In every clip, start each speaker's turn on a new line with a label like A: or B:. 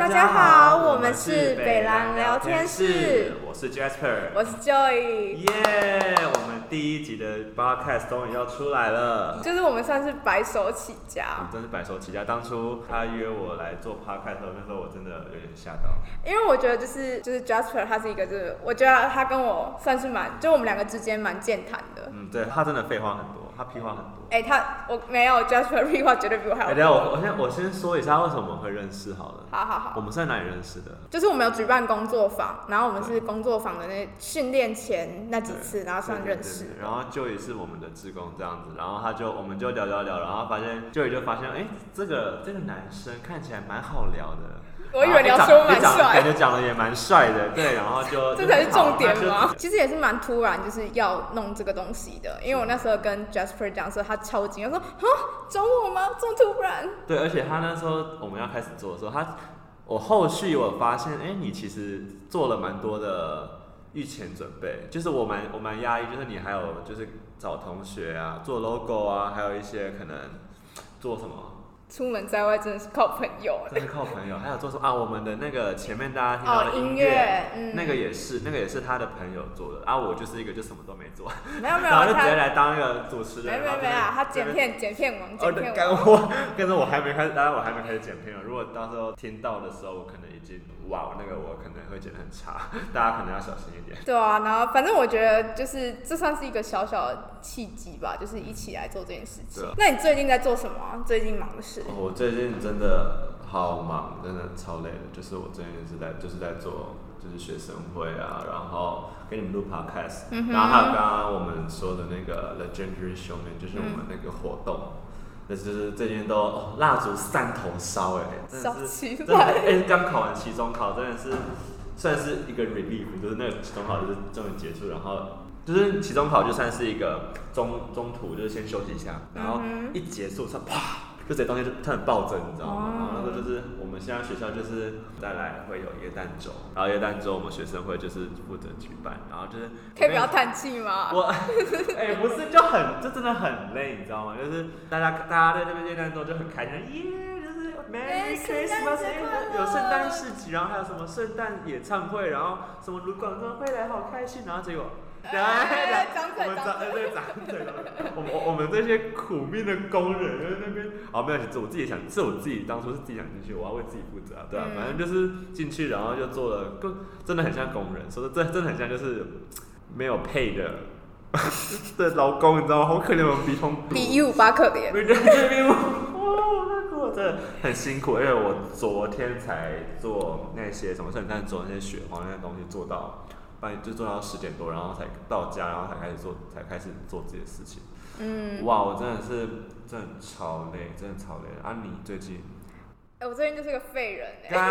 A: 大家好，我们是北兰聊天室，
B: 我是 Jasper，
A: 我是 Joy，
B: 耶！我们第一集的 podcast 终于要出来了，
A: 就是我们算是白手起家，
B: 真是白手起家。当初他约我来做 podcast 的时候，那时候我真的有点吓到，
A: 因为我觉得就是 Jasper 他是一个我觉得他跟我算是就我们两个之间蛮健谈的。
B: 对，他真的废话很多，他屁话很多。
A: 我没有 Jasper 屁话绝对比我还要多。
B: 等一下我先说一下为什么我们会认识好了。
A: 好。
B: 我们是在哪里认识的？
A: 就是我们有举办工作坊，然后我们是工作坊的训练前那几次，然后算认识。
B: 然后 Joy 是我们的志工这样子，然后我们就聊，然后发现 Joy 就发现，这个男生看起来蛮好聊的。
A: 我以为你要说蛮帅，
B: 感觉讲的也蛮帅的，对，然后就
A: 这才是重点吗？其实也是蛮突然，就是要弄这个东西的，因为我那时候跟 Jasper 讲说，他超惊，他说啊，找我吗？这么突然？
B: 对，而且他那时候我们要开始做的时候，我后续有发现，你其实做了蛮多的预前准备，就是我蛮压抑，就是你还有就是找同学啊，做 logo 啊，还有一些可能做什么。
A: 出门在外真的是靠朋友，
B: 真的靠朋友。还有做什么我们的那个前面大家听到的音
A: 乐，
B: 那个也是他的朋友做的我就是一个就什么都没做，
A: 没有，
B: 然后就直接来当一个主持人。
A: 没有，他剪片王。
B: 跟着我还没开始，当然我还没开始剪片了。如果到时候听到的时候，我可能已经我可能会剪得很差，大家可能要小心一点。
A: 对啊，然后反正我觉得就是这算是一个小小的契机吧，就是一起来做这件事情。那你最近在做什么啊？最近忙的事？
B: 我最近真的好忙，真的超累的。就是我最近就是在做就是学生会啊，然后给你们录 podcast，然后还有刚刚我们说的那个 Legendary Showman， 就是我们那个活动。就是最近都蜡烛3头烧
A: 烧起
B: 来，刚考完期中考，真的是算是一个 relief， 就是那个期中考就是终于结束，然后就是期中考就算是一个中途就是先休息一下，然后一结束啪。就这东西就突然暴增，你知道吗？然后那个就是我们现在学校就是再来会有耶诞周，然后耶诞周我们学生会就是负责举办，然后就是
A: 可以不要叹气吗？
B: 不是就真的很累，你知道吗？就是大家在那边耶诞周就很开心，就是 Merry Christmas， 有圣诞市集，然后还有什么圣诞演唱会，然后什么卢广仲会来好开心，然后结果。
A: 长嘴，
B: 我们这些苦命的工人在那边，没有，是我自己当初是自己想进去，我要为自己负责对啊，反正就是进去，然后就做了，真的很像工人，说真的很像就是没有配的劳工，你知道吗？好可怜，我们
A: 比158可怜，
B: 我真的很辛苦，因为我昨天才做那些什么圣诞周那些雪花那些东西做到。就做到10点多，然后才到家，然后才开始做这些事情。我真的超累，真的超累。你最近？
A: 我最近就是个废人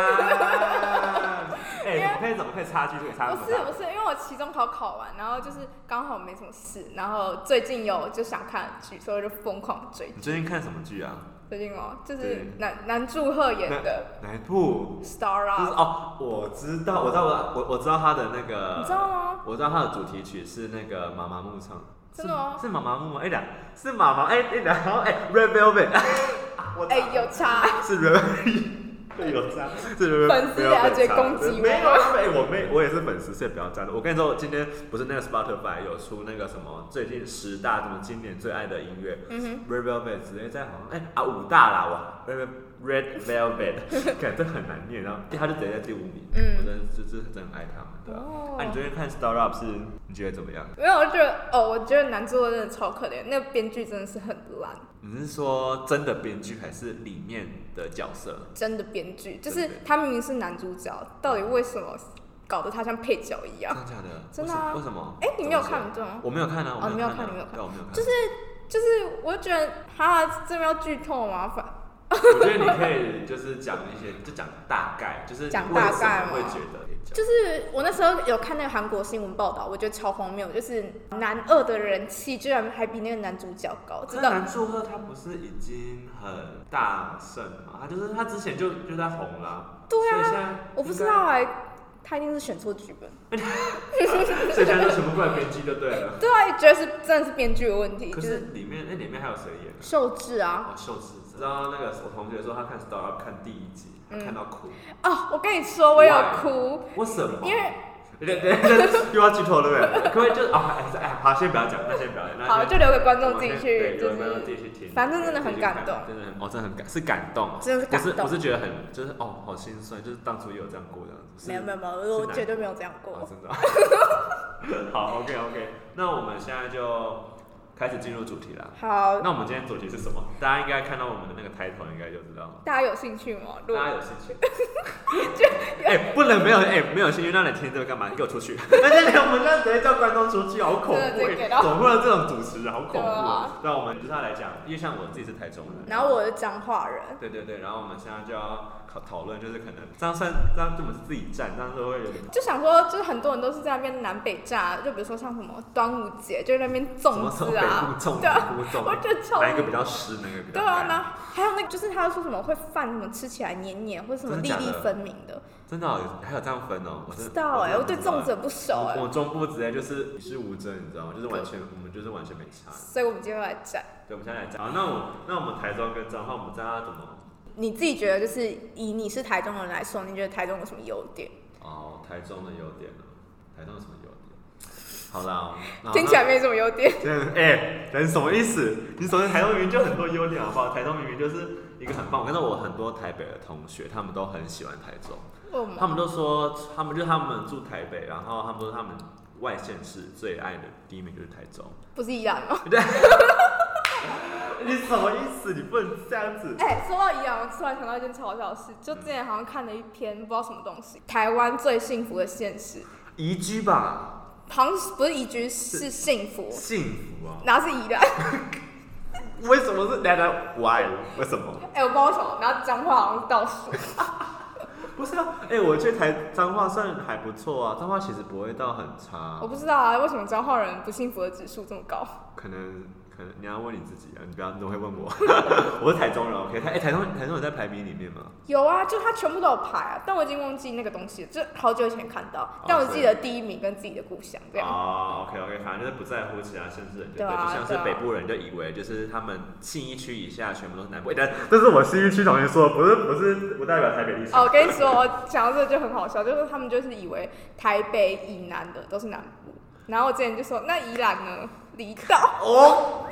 B: 怎么可以差距差那么大？
A: 不是，因为我期中考完，然后就是刚好没什么事，然后最近就想看剧，所以就疯狂追剧。
B: 你最近看什么剧啊？
A: 最近就是南柱赫演的
B: 哪一部
A: ？Star Up。
B: 就是我知道他的那个。
A: 你知道吗？
B: 我知道他的主题曲是那个妈妈木唱。
A: 真的吗？
B: 是妈妈木吗？是妈妈然后Red Velvet。
A: 有差。
B: 是 Red Velvet。有差，
A: 粉丝了解攻击
B: 没有我也是粉丝，所以不要站的。我跟你说，今天不是那个 Spotify 有出那个什么最近10大什么今年最爱的音乐，Red Velvet 直接在好像5大啦哇 ，Red Velvet， 感这很难念，然后他就直接在第5名，我真的很爱他们，对啊。你最近看 Star Up 你觉得怎么样？
A: 没有，我觉得男主角真的超可怜，那个编剧真的是很烂。
B: 你是说真的编剧还是里面的角色？
A: 真的编剧，就是他明明是男主角，到底为什么搞得他像配角一样？
B: 真的假的？
A: 真的啊？
B: 为什么？
A: 你没有看对吗？
B: 我没有看啊，
A: 你没有看，
B: 我没有看。
A: 就是，我就觉得这边要剧透麻烦。
B: 我觉得你可以就是讲一些，就讲大概，就是
A: 讲大概
B: 会觉得。
A: 就是我那时候有看那个韩国新闻报道，我觉得超荒谬，就是男二的人气居然还比那个男主角高。
B: 这男主角他不是已经很大胜吗？他之前就在红了。
A: 对啊，我不知道他一定是选错剧本。
B: 所以现在就全部怪编剧就对了。
A: 对啊，觉得真的是编剧的问题。
B: 可是里面还有谁演？
A: 秀智啊。
B: 秀智。知道那个我同学说他看 Star Up 看第1集， 看到哭。
A: 哦，我跟你说，我有哭。
B: 为什么？
A: 因为
B: 又要剧透对不对？可不可以就好，先不要讲，那先不要讲。
A: 好，就留给观众自己去，
B: 留给观众自己去听。
A: 反正真的很感动，
B: 真的真的很是感动，
A: 真的是感动，
B: 不是觉得很就是好心酸，就是当初也有这样过这样子。
A: 没有，我绝对没有这样过。
B: 真的。好 ，OK， 那我们现在就开始进入主题啦。
A: 好，
B: 那我们今天主题是什么？大家应该看到我们的那个title应该就知道了。
A: 大家有兴趣吗？
B: 大家有兴趣？不能没有兴趣，那你听这个干嘛？你给我出去！我们现在直接叫观众出去，好恐怖！总会有这种主持人，好恐怖。那我们就是要来讲，因为像我自己是台中人，
A: 然后我是彰化人。
B: 对，然后我们现在就要讨论，就是可能这样我们是自己站，这样就会有点。
A: 就想说，就是很多人都是在那边南北炸，就比如说像什么端午节，就在那边粽子啊，
B: 对啊，
A: 我觉得超
B: 哪一个比较湿，哪个比较干。
A: 对啊，那还有那个就是他说什么会饭什么吃起来黏黏，或者什么粒粒分明的。
B: 真的还有这样分哦？我
A: 知道我对粽子不熟
B: 我中部直接就是与世无争，你知道吗？就是完全我们就是完全没差。
A: 所以我们今天来战。
B: 对，我们现在来战。好，那我们台中跟彰化，我们大家怎么？
A: 你自己觉得就是以你是台中人来说，你觉得台中有什么优点？
B: 台中的优点呢？台中有什么优点？好啦，
A: 听起来没什么优点。
B: 人什么意思？你首先台中明明就很多优点，好不好？台中明明就是一个很棒。我看到我很多台北的同学，他们都很喜欢台中。他们都说，他们住台北，然后他们说他们外县市最爱的第一名就是台中。
A: 不是宜兰吗？
B: 对。你什么意思？你不能这样子。
A: 说到宜兰，我突然想到一件超好笑的事，就之前好像看了一篇不知道什么东西，台湾最幸福的县市。
B: 宜居吧？
A: 好像不是宜居，是幸福。
B: 幸福啊？
A: 然后是宜兰。
B: 为什么是？Why？ 为什么？
A: 我不知道为什么。然后彰化好像是倒数。
B: 不是啊，我觉得彰化算还不错啊，彰化其实不会到很差。
A: 我不知道啊，为什么彰化人不幸福的指数这么高？
B: 可能你要问你自己啊，你不要怎么会问我？我是台中人 ，OK？ 台中有在排名里面吗？
A: 有啊，就他全部都有排啊，但我已经忘记那个东西了，就好久以前看到，但我记得第一名跟自己的故乡这样。
B: OK， 反正就是不在乎其他县市人，对，就像是北部人就以为就是他们信义区以下全部都是南部，但这是我信义区同学说，不是不代表台北立场。
A: 我跟你说，我讲到这个就很好笑，就是他们就是以为台北以南的都是南部，然后我之前就说那宜兰呢？离岛。Oh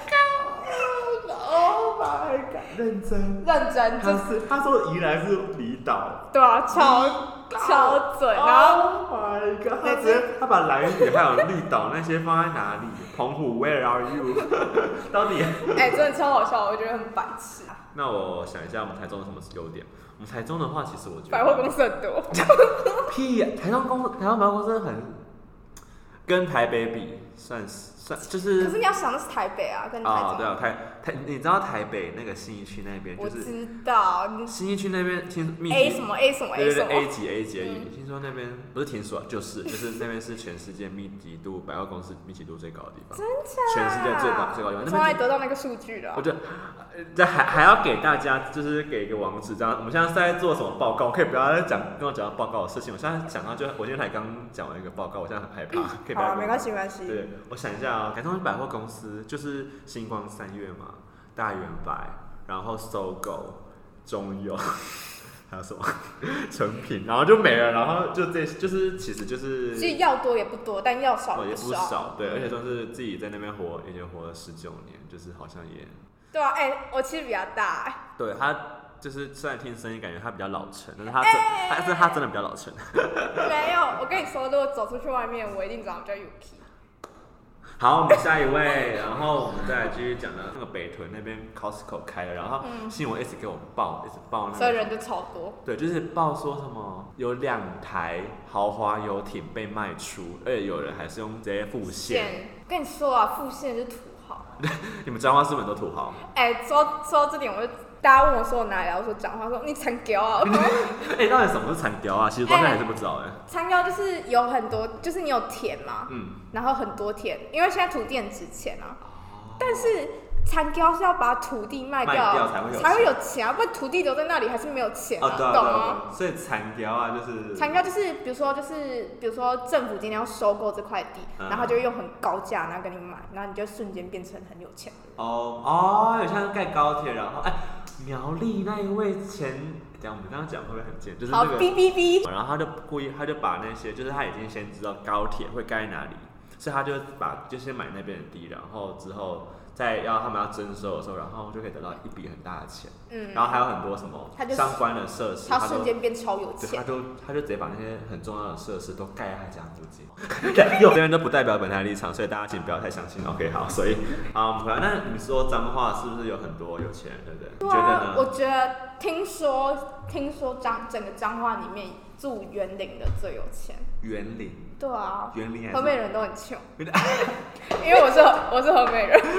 A: my god！
B: 认真，他说宜兰是离岛。
A: 对啊，超嘴，然后
B: Oh my god！ 他把兰屿还有绿岛那些放在哪里？澎湖 Where are you？ 到底？
A: 真的超好笑，我觉得很白痴。
B: 那我想一下，我们台中有什么优点？我们台中的话，其实我觉得
A: 百货公司很多。
B: 屁呀！台中百货公司跟台北比算就是。
A: 可是你要想的是台北啊，跟台中。
B: 对啊，你知道台北那个信义区那边就是。
A: 我知道。
B: 信义区那边
A: A 什么 A 什么 A 什么。
B: 对 A 级而已。听说那边不是听说，就是那边是全世界密集度百货公司密集度最高的地方。
A: 真假？
B: 全世界最高的地方。
A: 从哪里得到那个数据的？
B: 我觉得还要给大家就是给一个网址，这样我们现在是在做什么报告？可以不要再跟我讲报告的事情。我现在想到我今天才刚讲完一个报告，我现在很害怕。可以不要？
A: 没关系。
B: 对，我想一下啊，台中百货公司就是星光三月嘛，大圆百，然后SOGO、中友，还有什么成品，然后就没了，然后就是其实
A: 要多也不多，但要少
B: 也不少，对，而且都是自己在那边已经活了19年，就是好像也
A: 对啊，我其实比较大
B: 对他。就是虽然听声音感觉他比较老成，但是他真的比较老成。
A: 没有，我跟你说，如果走出去外面，我一定长得比较 Yuki。
B: 好，我们下一位，然后我们再来继续讲的那个北屯那边 Costco 开了，然后新闻一直给我报，一直报那个，
A: 所以人就超多。
B: 对，就是报说什么有2台豪华游艇被卖出，而且有人还是用直接付现。
A: 跟你说啊，付现是土豪。
B: 你们彰化是不是都土豪？
A: 说这点我就。大家问我说我哪里来，我说彰化，说你残雕啊。
B: 到底什么是残雕啊？其实到现在还是不知道
A: 残雕就是有很多，就是你有田嘛，然后很多田，因为现在土地很值钱啊。但是残雕是要把土地卖掉才会有钱啊，不然土地留在那里还是没有钱啊，懂吗？
B: 所以残雕啊，
A: 残雕就是比如说政府今天要收购这块地，然后就用很高价然后跟你买，然后你就瞬间变成很有钱。
B: 有像盖高铁，然后苗栗那一位我们刚刚讲会不会很贱？就是那个然后他就故意他就把那些就是他已经先知道高铁会盖哪里，所以他就先买那边的地，然后之后在他们要征收的时候，然后就可以得到一笔很大的钱。然后还有很多什么相关的设施，
A: 他瞬间变超有钱。
B: 他就直接把那些很重要的设施都盖在他家附近。这边都不代表本台立场，所以大家请不要太相信。OK， 好，所以那你说彰化是不是有很多有钱人，对不对？
A: 对啊，
B: 觉得呢？
A: 我觉得听说整个彰化里面住园林的最有钱。
B: 园林？
A: 对啊，
B: 园林
A: 河北人都很穷，因为我是河北人。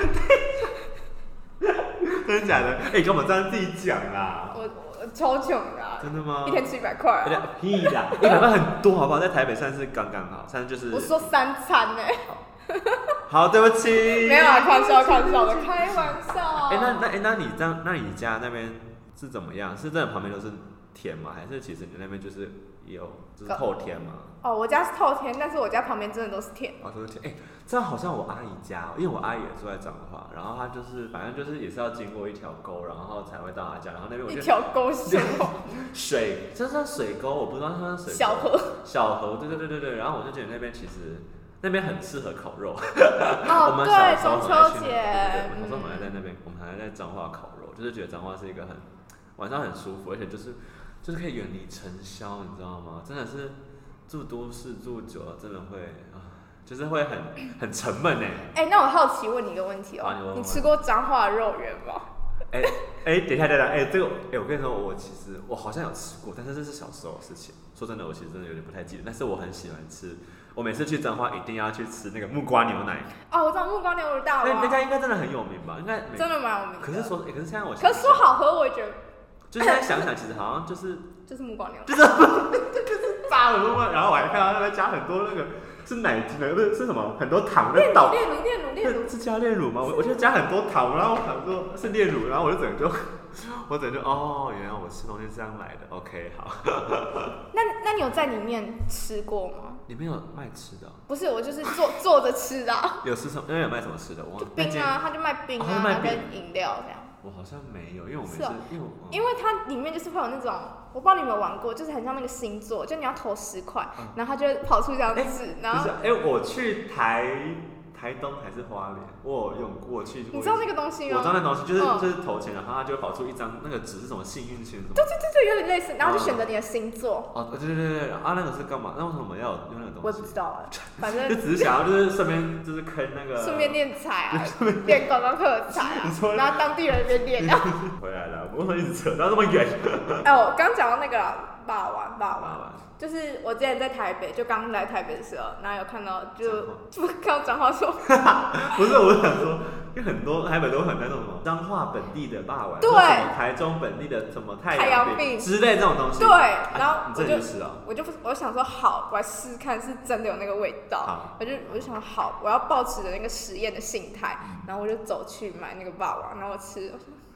B: 真的假的？跟我们这样自己讲啦。
A: 我超穷的
B: 真的吗？
A: 一天吃100块。
B: 屁啦，100块很多，好不好？在台北算是刚刚好，算是就是。
A: 我说3餐呢。
B: 好，对不起。
A: 没有啊，开玩笑的，开玩笑。
B: 那你家那边是怎么样？是真的旁边都是田吗？还是其实你那边就是就是透天吗？
A: 我家是透天，但是我家旁边真的都是田。
B: 都是田。这样好像我阿姨家，因为我阿姨也住在彰化，然后她就是反正就是也是要经过一条沟，然后才会到她家，然后那边
A: 一条沟是什么？
B: 水，这是水沟，我不知道它是水沟。小河，对，然后我就觉得那边其实那边很适合烤肉。我们
A: 对，中秋节，
B: 我说我们还在那边，我们还在彰化烤肉，就是觉得彰化是一个晚上很舒服，而且就是可以远离尘嚣，你知道吗？真的是住都市住久了，真的会就是会很沉闷哎。
A: 那我好奇问你一个问题你吃过彰化的肉圆吗？
B: 等一下，这个我跟你说，我好像有吃过，但是这是小时候的事情。说真的，我其实真的有点不太记得，但是我很喜欢吃。我每次去彰化一定要去吃那个木瓜牛奶。
A: 我知道木瓜牛乳大王。
B: 那家应该真的很有名吧？应该
A: 真的蛮有名的。
B: 可是现在我
A: 可是说好喝，我也觉得。
B: 就是现在想想，其实好像就是
A: 木瓜牛奶，
B: 就是炸了木瓜，然后我还看到那边加很多那个是奶精的，不是什么很多糖的倒。
A: 炼乳
B: 是加炼乳吗？我觉得加很多糖，然后很多是炼乳，然后我整个就原来我吃东西是这样来的。OK， 好。
A: 那你有在里面吃过吗？
B: 里面有卖吃的？
A: 不是，我就是坐着吃的。
B: 有吃什么？因为有卖什么吃的？
A: 就冰啊，他就卖冰啊，跟饮料这样。
B: 我好像没有，因为我没事，
A: 因为它里面就是会有那种，我不知道你有没有玩过，就是很像那个星座，就你要投10块，然后它就会跑出这样子，然后
B: 我去台东还是花莲，我有用过去。
A: 你知道那个东西吗？
B: 我知道那东西，就是投钱，然后它就会跑出一张那个纸是什么幸运签什么。
A: 对，有点类似，然后就选择你的星座。
B: 对，那个是干嘛？那为什么要用那个东西？
A: 我也不知道反正
B: 就只是想要就是顺便就是坑那个。
A: 顺便练财啊，练观光客的财啊，然后当地人那边练。
B: 回来了，我们一直扯到那么远。
A: 我刚讲到那个霸王。就是我之前在台北，就刚来台北的时候，然后有看到看到彰化说，
B: 不是，我想说，因为很多台北都很那种什么彰化本地的霸王，
A: 对，
B: 台中本地的什么太
A: 阳饼
B: 之类这种东西，
A: 对，然后
B: 你这就吃啊，
A: 我想说好，我来试看是真的有那个味道，我就想好，我要抱持着那个实验的心态，然后我就走去买那个霸王，然后我吃，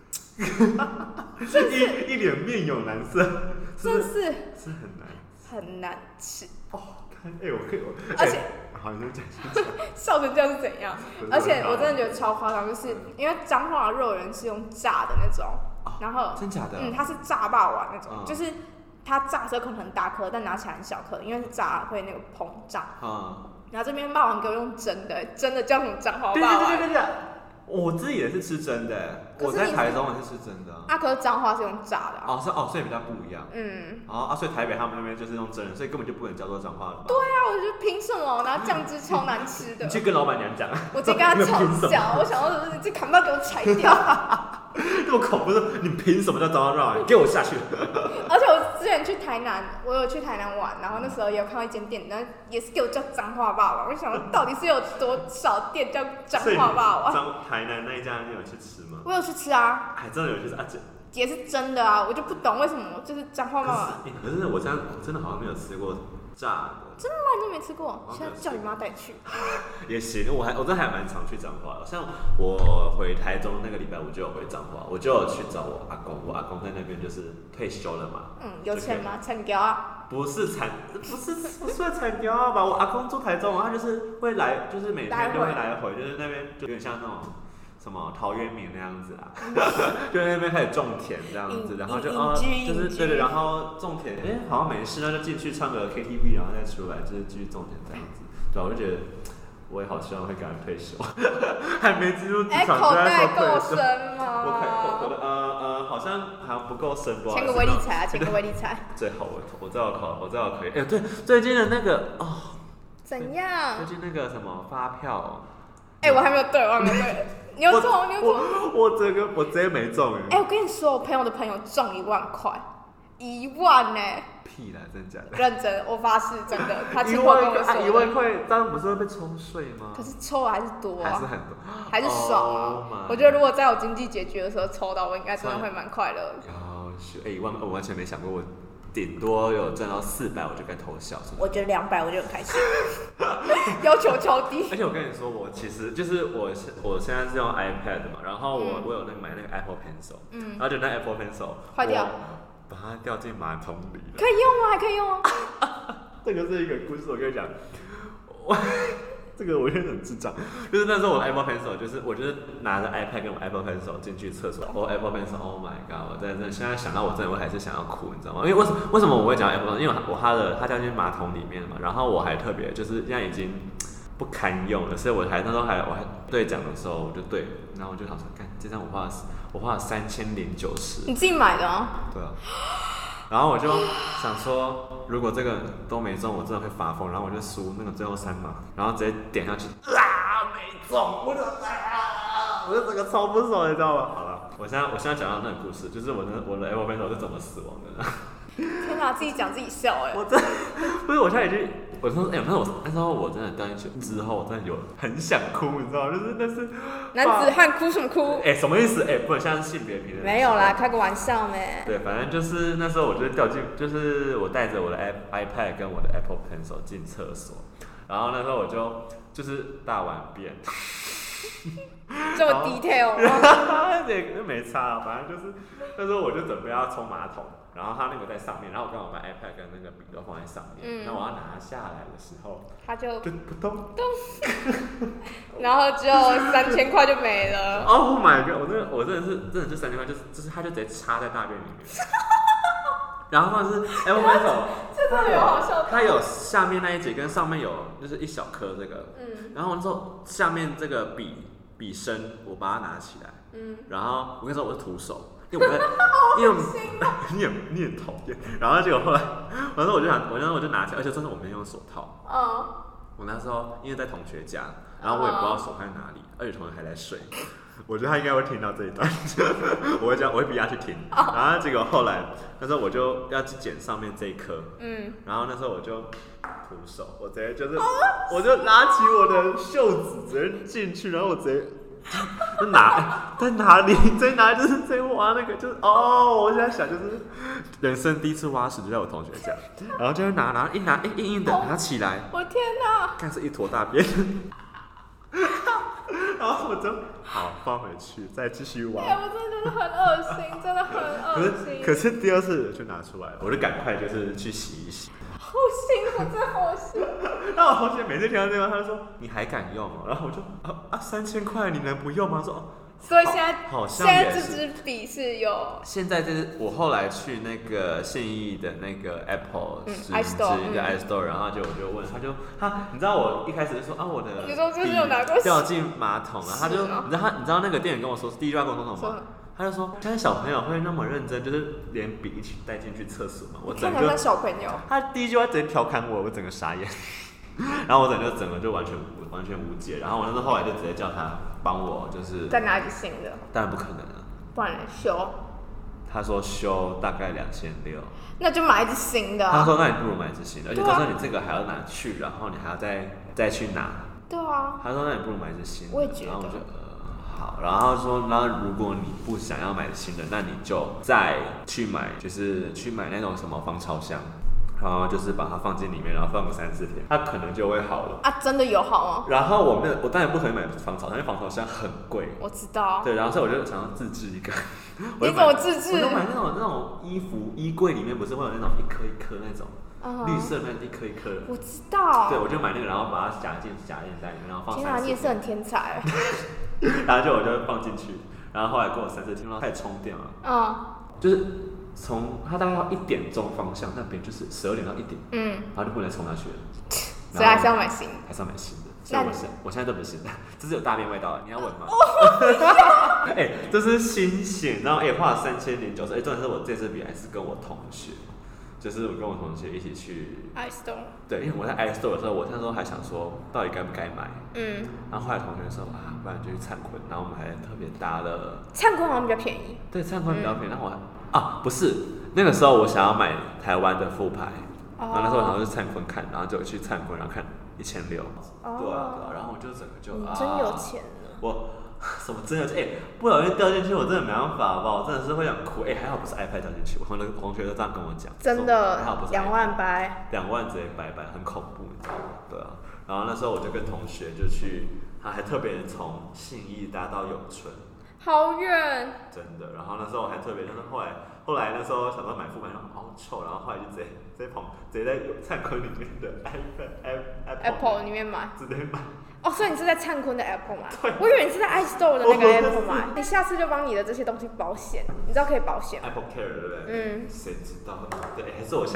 B: 一脸面有难色，
A: 真是很难吃而且
B: 好，你讲
A: 笑成这样是怎样？而且我真的觉得超夸张，就是因为彰化的肉圆是用炸的那种，然后
B: 真假的？
A: 它是炸霸王那种，就是它炸的时候可能很大颗，但拿起来很小颗，因为是炸会那个膨胀。然后这边霸王给我用蒸的叫什么彰化霸王？
B: 对。我自己也是吃真的，我在台中也是吃真的。
A: 可是彰化是用炸的。
B: 所以比较不一样。所以台北他们那边就是用蒸的，所以根本就不能叫做彰化的。
A: 对啊，我觉得凭什么？然后酱汁超难吃的。
B: 你去跟老板娘讲。
A: 我直接跟他吵架，我想说你这砍刀给我裁掉。
B: 这么恐怖的，你凭什么叫彰化肉？你给我下去！
A: 而且我之前去台南，我有去台南玩，然后那时候也有看到一间店，然后也是给我叫彰化霸王。我就想说，到底是有多少店叫彰化霸王？
B: 台南那一家你有去吃吗？
A: 我有去吃啊，
B: 还真的有去吃啊，
A: 也是真的啊，我就不懂为什么就是彰化霸王。
B: 可是我真的好像没有吃过炸的。
A: 真的吗？你都没吃过？现在叫你妈带去。也
B: 行，我真的还蛮常去彰化的。像我回台中那个礼拜五就有回彰化，我就有去找我阿公。我阿公在那边就是退休了嘛。
A: 有钱吗？产条啊？
B: 不是产条啊吧？我阿公住台中，他就是会来，就是每天都会来回，就是那边就有点像那种什么陶渊明那样子啦，就在那边开始种田这样子，然后就是对，然后种田，好像没事，那就进去唱个 KTV， 然后再出来，就是继续种田这样子。对，我就觉得我也好希望会赶快退休，还没进入职场就在说退休。
A: 口袋够深吗？
B: 好像还不够深，不好意思。
A: 签个威力彩啊，签个威力彩。
B: 最好我知道可以。对，最近的那个
A: 怎样？
B: 最近那个什么发票。
A: 我还没有对，忘了对。你有中？
B: 我直接没中
A: 我跟你说，我朋友的朋友中1万块，1万呢？
B: 屁啦，真假的？
A: 认真，我发誓真的。他亲口跟我说
B: 1万块，这样不是会被抽税吗？
A: 可是抽的还是多啊，
B: 还是很多，
A: 还是爽啊！我觉得如果在我经济拮据的时候抽到，我应该真的会蛮快乐的。
B: 1万，我完全没想过我。顶多有赚到400，我就该偷笑。
A: 我觉得200我就很开心，要求超低。
B: 而且我跟你说，我其实就是我现在是用 iPad 嘛，然后我有买那个 Apple Pencil，然后就那 Apple Pencil
A: 坏掉，
B: 把它掉进马桶里了。
A: 可以用吗？还可以用啊。
B: 这个是一个故事，我跟你讲，这个我觉得很智障，就是那时候我的 Apple Pencil， 就是我就是拿着 iPad 跟我 Apple Pencil 进去厕所，Apple Pencil， Oh my god！ 我真的现在想到我真的会还是想要哭，你知道吗？因为为什么我会讲 Apple Pencil？ 因为它掉进马桶里面嘛，然后我还特别就是现在已经不堪用了，所以我那时候我还兑奖的时候我就对，然后我就想说，看这张我花了3090，
A: 你自己买的啊？
B: 对啊。然后我就想说，如果这个都没中，我真的会发疯。然后我就输那个最后3码，然后直接点下去，没中，我就整个超不爽，你知道吗？好了，我现在讲到那个故事，就是我的 Apple Pencil 是怎么死亡的。
A: 天哪，自己讲自己笑
B: 我真不是，我现在已经，我说那时候我真的掉进去之后，我真的有很想哭，你知道吗？就是那是
A: 男子汉哭什么哭？
B: 什么意思？不能像是性别平等。
A: 没有啦，开个玩笑咩。
B: 对，反正就是那时候我就掉进，就是我带着我的 iPad 跟我的 Apple Pencil 进厕所，然后那时候我就是大完便。
A: 这么 detail 吗？
B: 也没差，反正就是那时候我就准备要冲马桶，然后他那个在上面，然后我刚好把 iPad 跟那个笔都放在上面，那我要拿下来的时候，
A: 他就
B: 不动，
A: 然后就3000块就没了。
B: Oh my god！ 我真的是3000块，就是他就直接插在大便里面。然后是 Apple Pencil，
A: 这真的有好笑。
B: 它有下面那一节跟上面有就是一小颗这个，然后那时候下面这个笔身我把它拿起来，然后我跟你说我是徒手，因为你很讨厌，然后结果后来，我那时候我就拿起来，而且真的我没用手套，我那时候因为在同学家，然后我也不知道手放在哪里，而且同学还在睡。我觉得他应该会听到这一段，我会逼他去听。然后结果后来，那时候我就要去捡上面这一颗，然后那时候我就徒手，我直接就是，我就拿起我的袖子直接进去，然后我直接就在哪里就是在挖那个，就是我现在想就是人生第一次挖屎就在我同学家，然后就拿硬的拿起来，
A: 我天哪，
B: 看是一坨大便。然后我就好放回去，再继续挖。
A: 我真的觉得很恶心，真的很恶心。
B: 可是第2次就拿出来了，我就赶快就是去洗一洗。
A: 好辛苦，真的好辛苦。
B: 然后我同学每次听到这个，他就说：“你还敢用哦？”然后我就3000块你能不用吗？说
A: 所以现在这支笔是有。
B: 现在就是我后来去那个信义的那个 Apple iStore，然后我就问你知道我一开始就说我的笔掉进马桶了，他就你知道那个店员跟我说第一句话跟我说什么吗？他就说现在小朋友会那么认真，就是连笔一起带进去厕所嘛。我整个
A: 小朋友，
B: 他第一句话直接调侃我整个傻眼。然后我整个就完全无解，然后我那时候后来就直接叫他帮我，就是
A: 再拿一支新的。
B: 当然不可能了，
A: 不然修。
B: 他说修大概2600，
A: 那就买一支新的。
B: 他说那你不如买一支新的，而且他说你这个还要拿去，然后你还要再去拿。
A: 对啊。
B: 他说那你不如买一支新的。
A: 我也觉得。
B: 然后我就好，然后说，然后如果你不想要买新的，那你就再去买，就是去买那种什么防潮箱。然后就是把它放进里面，然后放个3-4天，它可能就会好了。
A: 真的有好吗？
B: 然后我当然不可能买防潮箱，因为防潮箱很贵。
A: 我知道。
B: 对，然后所以我就想要自制一个。
A: 你怎么自制？
B: 我就买那种衣柜里面不是会有那种一颗一颗那种绿色那一颗一颗的。
A: 我知道。
B: 对，我就买那个，然后把它夹进袋里面，然后放3-4天。
A: 天啊，你也是很天才。
B: 然后我就放进去，然后后来过了3次听到开始充电了，就是从它大概要1点钟方向那边就是12点到1点，然后就不能充下去了，
A: 所以还是要买新的，
B: 还是要买新的。所以我现在都不是新的，这是有大便味道的，你要闻吗？这是新鲜，然后花了3090，重点是我这次比还是跟我同学。就是我跟我同学一起去
A: iStore，
B: 对，因为我在 iStore 的时候，我那时候还想说到底该不该买，然后后来同学说不然就去灿坤，然后我们还特别搭了，
A: 灿坤好像比较便宜，
B: 对，灿坤比较便宜，然后不是，那个时候我想要买台湾的副牌，然后那时候我想要去灿坤看，然后就去灿坤，然后看1600，对啊，然后我就整个就
A: 你真有钱了，
B: 我。什么真的不小心掉进去，我真的没办法，好不好？我真的是会想哭。还好不是 iPad 掉进去，我同学都这样跟我讲。
A: 真的，
B: 还好不是
A: 2万掰
B: ，2万直接掰，很恐怖，你知道吗？对啊。然后那时候我就跟同学就去，他还特别从信义搭到永春，
A: 好远。真
B: 的。然后那时候我还特别，就是后来那时候想到买副牌，好臭，然后后来就直接在灿坤里面的
A: Apple 里面买，
B: 直接买。
A: 所以你是在灿坤的 Apple 买？我以为你是在 iStore 的那个 Apple 买。你下次就帮你的这些东西保险，你知道可以保险吗
B: ？Apple Care 对不对？谁知道？对，还是我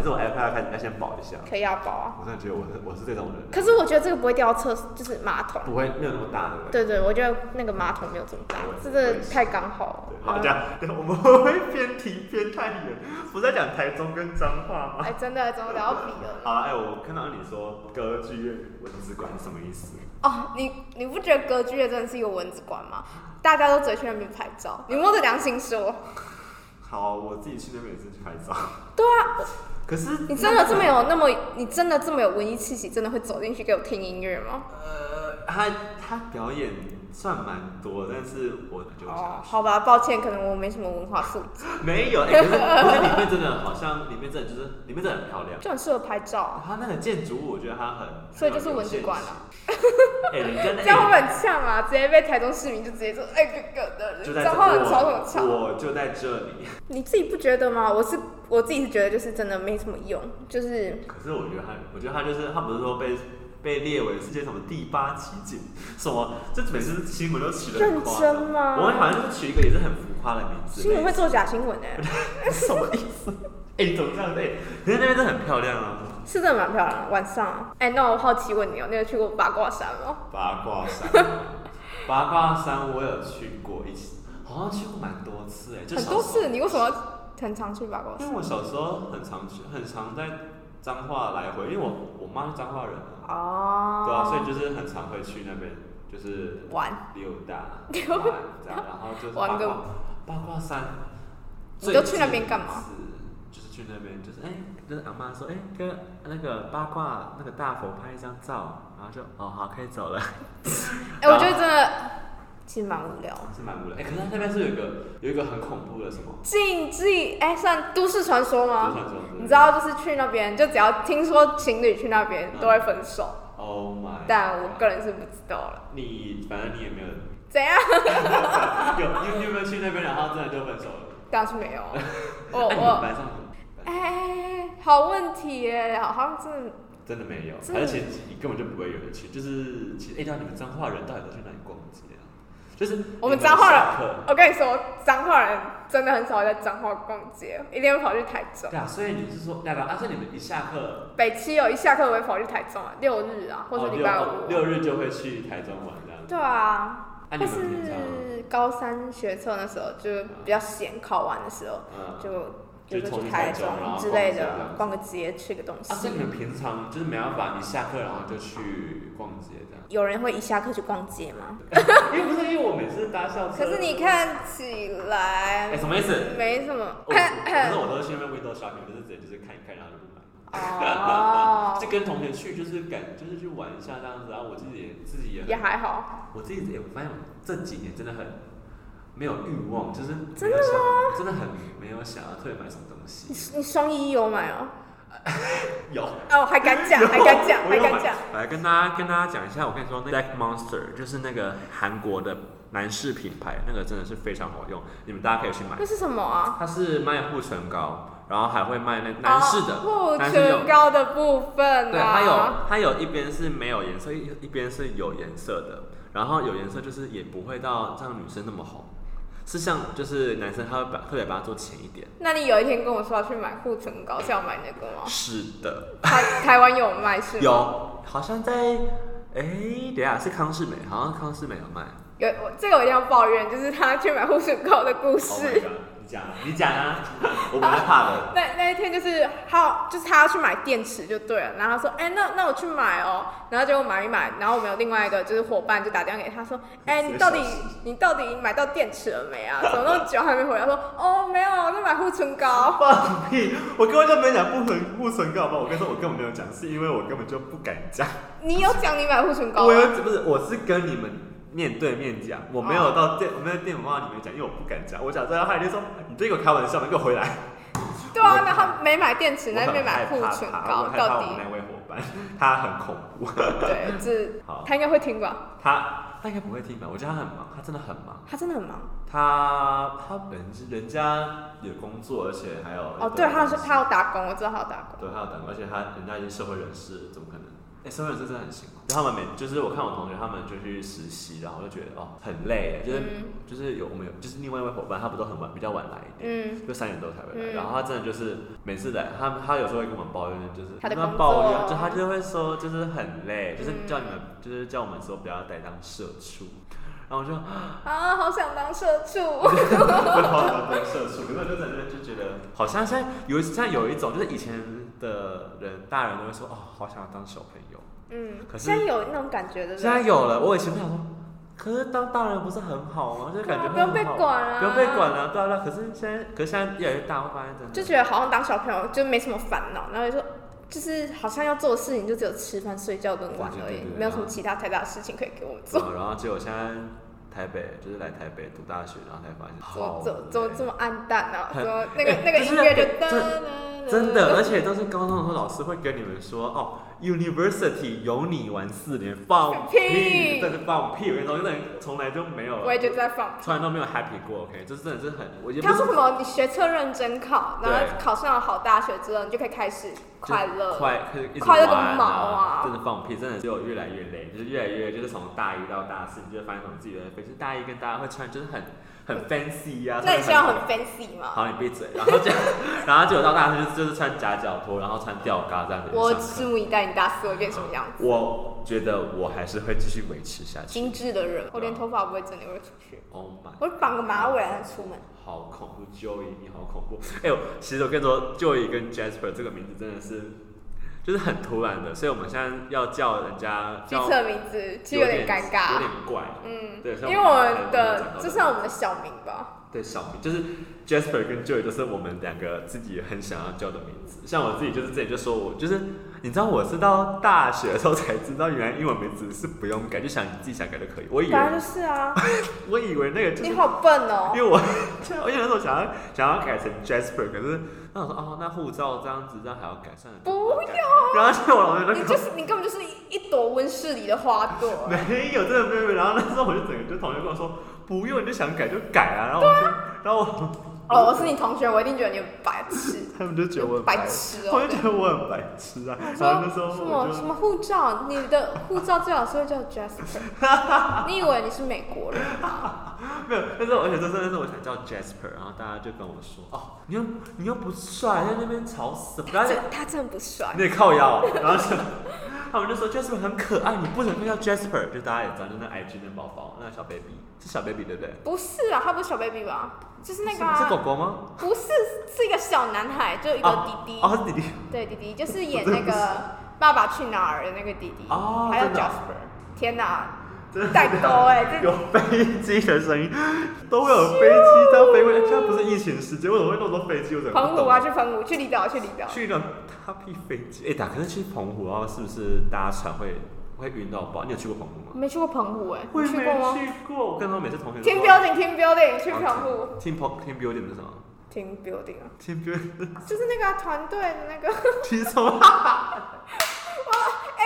B: iPad 要先保一下。
A: 可以要保啊。
B: 我真的觉得我是这种人。
A: 可是我觉得这个不会掉到就是马桶。
B: 不会，没有那么大，对不
A: 对？对，我觉得那个马桶没有这么大，这个太刚好了。
B: 好，这样我们会偏题偏太远，不是在讲台中跟彰化吗？
A: 真的怎么聊到比了？
B: 好，我看到你说歌剧院文字馆是什么意思？
A: 你不觉得歌剧院真的是一个蚊子馆吗？大家都只去那边拍照，你摸着良心说。
B: 好，我自己去那边也是去拍照。
A: 对啊，
B: 可是
A: 你真的这么有你真的这么有文艺气息，真的会走进去给我听音乐吗？
B: 他表演算蛮多，但是我就
A: 好吧，抱歉，可能我没什么文化素质。
B: 没有，可是里面真的好像里面真的很漂亮，
A: 就很适合拍照。
B: 它那个建筑物，我觉得它
A: 所以就是文字馆啊。
B: 这
A: 样会不会很呛啊？直接被台中市民就直接说，的，脏话很吵什么吵？
B: 我就在这里。
A: 你自己不觉得吗？我自己是觉得就是真的没什么用，就是。
B: 可是我觉得他就是他不是说被列为世界什么第8奇景什么，这每次新闻都取得很夸张。认真吗？我们好像就是取一个也是很浮夸的名字。
A: 新闻会做假新闻
B: 什么意思？怎么这样？可是那边真的很漂亮啊。
A: 是真的蛮漂亮的，晚上。那我好奇问你你有去过八卦山吗？
B: 八卦山我有去过一次，好像去过蛮多次
A: 很多次，你为什么很常去八卦山？
B: 因为我小时候很常在彰化来回，因为我妈是彰化人对啊，所以就是很常会去那边，就是
A: 玩
B: 溜达这样，然后就是八卦山。
A: 你都去那边干嘛？
B: 就是去那边，就是阿妈说，跟那个八卦那个大佛拍一张照，然后就好可以走了。
A: 我觉得真的其实蛮无聊。
B: 是蛮无聊。可是那边是有一个很恐怖的什么？
A: 禁忌算都市传说吗？
B: 都市传说。
A: 你知道就是去那边，就只要听说情侣去那边都会分手。
B: Oh my！
A: 但我个人是不知道了。
B: 反正你也没有。
A: 怎样？
B: 你有没有去那边，然后真的就分手了？
A: 当然是没有。
B: 我班上
A: 好问题耶，好像
B: 真的没有，而且你根本就不会有人去，就是其实那你们彰化人到底都去哪里逛街啊？就是
A: 我们彰化人，我跟你说，彰化人真的很少在彰化逛街，一定会跑去台中。
B: 对啊，所以你是说，所以你们一下课，
A: 北七一下课我会跑去台中6日啊，或者礼拜5。
B: 6日就会去台中玩这样子。
A: 对啊。或是高3学测那时候就比较闲，考完的时候就去台中之类的逛个街，吃个东西。
B: 所以你们平常就是没办法，你下课然后就去逛街这样。
A: 有人会一下课去逛街吗？
B: 因为我每次搭校车。
A: 可是你看起来，
B: 什么意思？
A: 没什么。
B: 可是我都是去那边 window shopping，就是直接就是看一看，然后就不买。就跟同学去，就是去玩一下这样子，然后我自己也还
A: 好。
B: 我自己我发现我这几年真的很没有欲望，就是
A: 真的吗？
B: 真的很没有想要特别买什么东西。
A: 你双11有买啊？
B: 有。
A: 还敢讲？还敢讲？
B: 来跟大家讲一下，我跟你说，那 Black Monster 就是那个韩国的男士品牌，那个真的是非常好用，你们大家可以去买。
A: 那是什么啊？
B: 它是卖护唇膏。然后还会卖那男士的
A: 护唇膏的部分
B: 对，它有一边是没有颜色，一边是有颜色的。 然后有颜色就是也不会到像女生那么红，是像就是男生他会特别把它做浅一点。
A: 那你有一天跟我说要去买护唇膏，是要买那个吗？
B: 是的，
A: 台湾有卖是吗？
B: 有，好像在等一下是康士美，好像康士美有卖。
A: 有这个我一定要抱怨，就是他去买护唇膏的故事。
B: Oh 你讲啊，我蛮害怕的。
A: 那一天就是他要去买电池就对了，然后他说，那我去买哦，然后结果买一买，然后我们有另外一个就是伙伴就打电话给他说，你到底买到电池了没啊？怎么那么久还没回来？说哦没有，我在买护唇膏。
B: 放屁！我根本就没讲护唇膏吧？我跟你说，我根本没有讲，是因为我根本就不敢讲。
A: 你有讲你买护唇膏吗？
B: 我是跟你们面对面讲，我没有到我没有电话里面讲，因为我不敢讲。我讲这样，他一定说你这个开玩笑，你给我回来。
A: 对啊，那他没买电池，那边买护唇膏，到底
B: 我那位伙伴他很恐怖。
A: 对，他应该会听吧？
B: 他应该不会听吧？我觉得他很忙，他真的很忙。
A: 他真的很忙。
B: 他本身人家有工作，而且还有
A: 对，他要打工，我知道他要打工。
B: 对，他要打工，而且人家已经社会人士，怎么可能？社会人士真的很辛苦。他们就是我看我同学他们就去实习，然后就觉得很累，就是我们有就是另外一位伙伴，他不都很晚比较晚来一点，就3点多才会来。然后他真的就是每次来，他有时候会跟我们抱怨，就是
A: 他的工作
B: 抱怨，他就会说就是很累，就是叫你们就是叫我们说不要再当社畜。然后我就
A: 好想当社畜，
B: 好想当社畜，可是我就真的就觉得好像现在有一种就是以前的大人都会说好想要当小朋友。可是
A: 现在有那种感觉的。
B: 现在有了，我以前不想说，可是当大人不是很好吗？就是感觉
A: 不用被管啊，
B: 不用被管啊，对啊。可是现在越来越大，会发现真的
A: 就觉得好像当小朋友就没什么烦恼，然后就说就是好像要做的事情就只有吃饭、睡觉跟玩而已，没有什么其他太大的事情可以给我们做。
B: 然后结果现在就是来台北读大学，然后才发现
A: 怎么这么暗淡啊？怎么那个音乐就
B: 真的，而且都是高中的时候老师会跟你们说University 有你玩4年，放屁，真的放屁！我跟你说，真的从来就没有，
A: 我也就在放屁，
B: 从来都没有 happy 过。OK， 这真的是很，
A: 他说什么？你学测认真考，然后考上了好大学之后，你就可以开始快乐，快乐个毛啊！
B: 真的放屁，真的就越来越累，就是越来越就是从大1到大4，你就会发现从自己的飞，就是大1跟大2会穿就是很 fancy 啊。
A: 那你现在很 fancy 吗？
B: 好，你闭嘴。然后结果到大4就是穿夹脚拖，然后穿吊嘎这样子。
A: 我拭目以待，你大4会变什么样子？
B: 我觉得我还是会继续维持下去。
A: 精致的人，我连头发不会整理，我会出去。
B: Oh my！
A: 我绑个马尾来出门。
B: 好恐怖 ，Joey， 你好恐怖。其实我跟你说 ，Joey 跟 Jasper 这个名字真的是。就是很突然的，所以我们现在要叫人家
A: 机测名字，其实有点尴尬，
B: 有点怪。
A: 对，因为我们的这算我们的小名吧。
B: 对，小名就是 Jasper 跟 Joey 都是我们2个自己很想要叫的名字。像我自己就是之前就说我就是你知道我是到大学的时候才知道原来英文名字是不用改，就想你自己想改就可以。我以为
A: 本来就是啊，
B: 我以为那个就是
A: 你好笨哦，
B: 因为我那时候想要改成 Jasper， 可是那我说那护照这样子还要改，算了，
A: 不用。
B: 然后就我老师
A: 你根本就是一朵温室里的花朵。
B: 没有，真的没有。然后那时候我就整个同学跟我说不用，你就想改就改啊。然后
A: 我是你同学，我一定觉得你很白痴。
B: 他们就觉得我很
A: 白痴
B: 他们觉得我很白痴啊。然后那时候
A: 什么护照，你的护照最好是会叫 Jasper。你以为你是美国人吗？
B: 没有，而且那时候我想叫 Jasper， 然后大家就跟我说你又不帅，在那边吵死。
A: 他真的不帅。
B: 你也靠腰，然后他们就说 Jasper 很可爱，你不能叫 Jasper。就大家也知道，就那 IG 那宝宝，那小 baby 是小 baby 对不对？
A: 不是啊，他不是小 baby 吧？就是那个
B: 是狗狗吗？
A: 不是，是一个小男孩，就一个弟弟。
B: 是弟弟。
A: 对，弟弟就是演那个《爸爸去哪儿》的那个弟弟。还有 Jasper。天哪！代沟
B: 有飞机的声音，都会有飞机这样飞过来。现在不是疫情时间，为什么会那么多飞机？
A: 澎湖啊，去澎湖，去离岛。去
B: 一个大屁飞机，可是去澎湖啊，是不是搭船会晕到爆？你有去过澎湖吗？
A: 没去过澎湖
B: 我
A: 去过吗？
B: 去过。我跟他每次同学。
A: Team building 去澎湖。
B: Team building 是什么
A: ？Team building 啊。
B: Team building
A: 就是那个团队的那个。
B: 其实什么？
A: 要怎么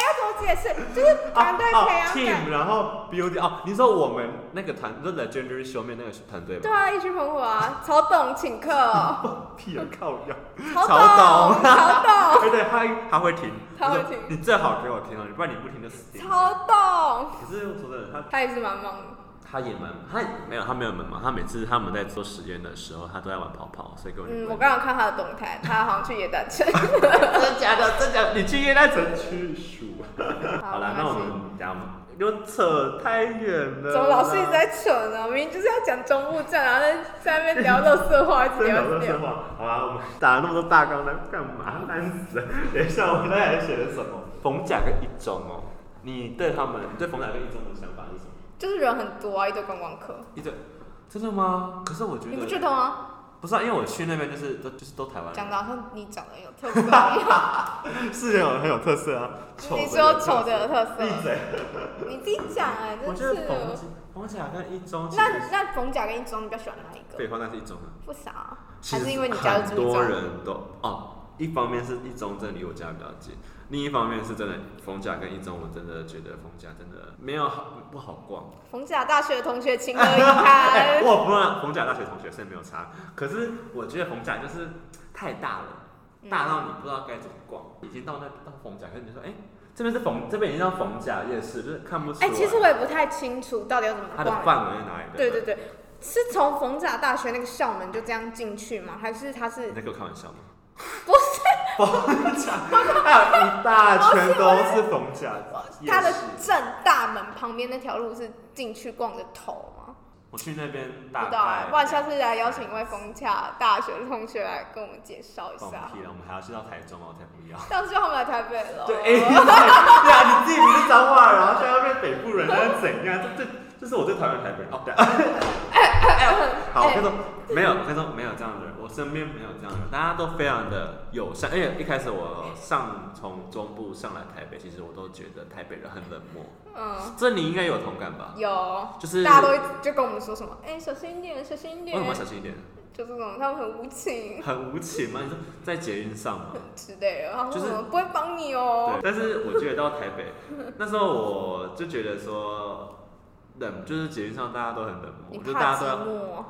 A: 解释，就是团队培养
B: team， 然后 building 你说我们那个团，你说 Legendary Showman 那个团队吗？
A: 对啊，一群朋友啊，超懂请客
B: 屁啊，靠腰，
A: 超懂，
B: 对，他会听，你最好给我听哦，不然你不听就死定了。
A: 超懂。
B: 可是我说真的，
A: 他也是蛮忙的。
B: 他没有很忙，他每次他们在做实验的时候，他都在玩跑跑，所以根本
A: 我刚刚看他的动态，他好像去耶诞城。
B: 真的假的？你去耶诞城去数？好啦，那我们讲，又扯太远了。
A: 怎么老是一直在扯呢？明明就是要讲中部站，然后在那边聊垃圾话，一直聊垃圾话。
B: 好啦，我们打了那么多大纲，在干嘛？烂死了！等一下，我们大家写的什么？逢甲跟一中哦，你对逢甲跟一中的想法是什么？
A: 就是人很多啊，一堆观光客。
B: 真的吗？可是我觉得
A: 你不觉得吗？
B: 不是啊，因为我去那边就是都台湾人。
A: 讲的好像你长得有特色一样。
B: 是很有特色啊。
A: 你说丑的有特色。
B: 闭嘴。
A: 你自己讲哎，真是。
B: 我觉得逢甲跟一中。
A: 那逢甲跟一中，你比较喜欢哪一个？
B: 废话，那是一中啊。
A: 为啥？还是因为你家住一中？
B: 很多人都一方面是一中真的离我家比较近，另一方面是真的逢甲跟一中，我真的觉得逢甲真的没有不好逛。
A: 逢甲大学的同学情何以堪？
B: 我不让逢甲大学同学是没有差，可是我觉得逢甲就是太大了，大到你不知道该怎么逛。已经到逢甲，可是你说这边已经到逢甲夜市，就是看不出来。
A: 其实我也不太清楚到底要怎么逛。
B: 它的范围在哪里？
A: 对，是从逢甲大学那个校门就这样进去吗？还是它是？
B: 你在跟我开玩笑吗？
A: 不是。
B: 逢甲，还有一大圈都是逢甲。
A: 它的正大门旁边那条路是进去逛的头吗？
B: 我去那边大概。
A: 不知道不然下次来邀请一位逢甲大学的同学来跟我们介绍一下。
B: 放屁了，我们还要去到台中吗？我才不要。
A: 上次他们来台北了。
B: 对，对啊，你自己不是彰化人，然后现在要变北部人，那是怎样？这是我最讨厌台北人。好，我跟你说，没有这样的人，我身边没有这样的人，大家都非常的友善。而且一开始我从中部上来台北，其实我都觉得台北人很冷漠。这你应该有同感吧？
A: 有，
B: 就是
A: 大家都就跟我们说什么，小心一点，小心一点。
B: 为什么要小心一点？
A: 就这种，他们很无情。
B: 很无情吗？你说在捷运上吗？
A: 之类的，
B: 就是
A: 不会帮你哦。
B: 对，但是我觉得到台北，那时候我就觉得说。就是捷运上大家都很冷漠，就大家都要。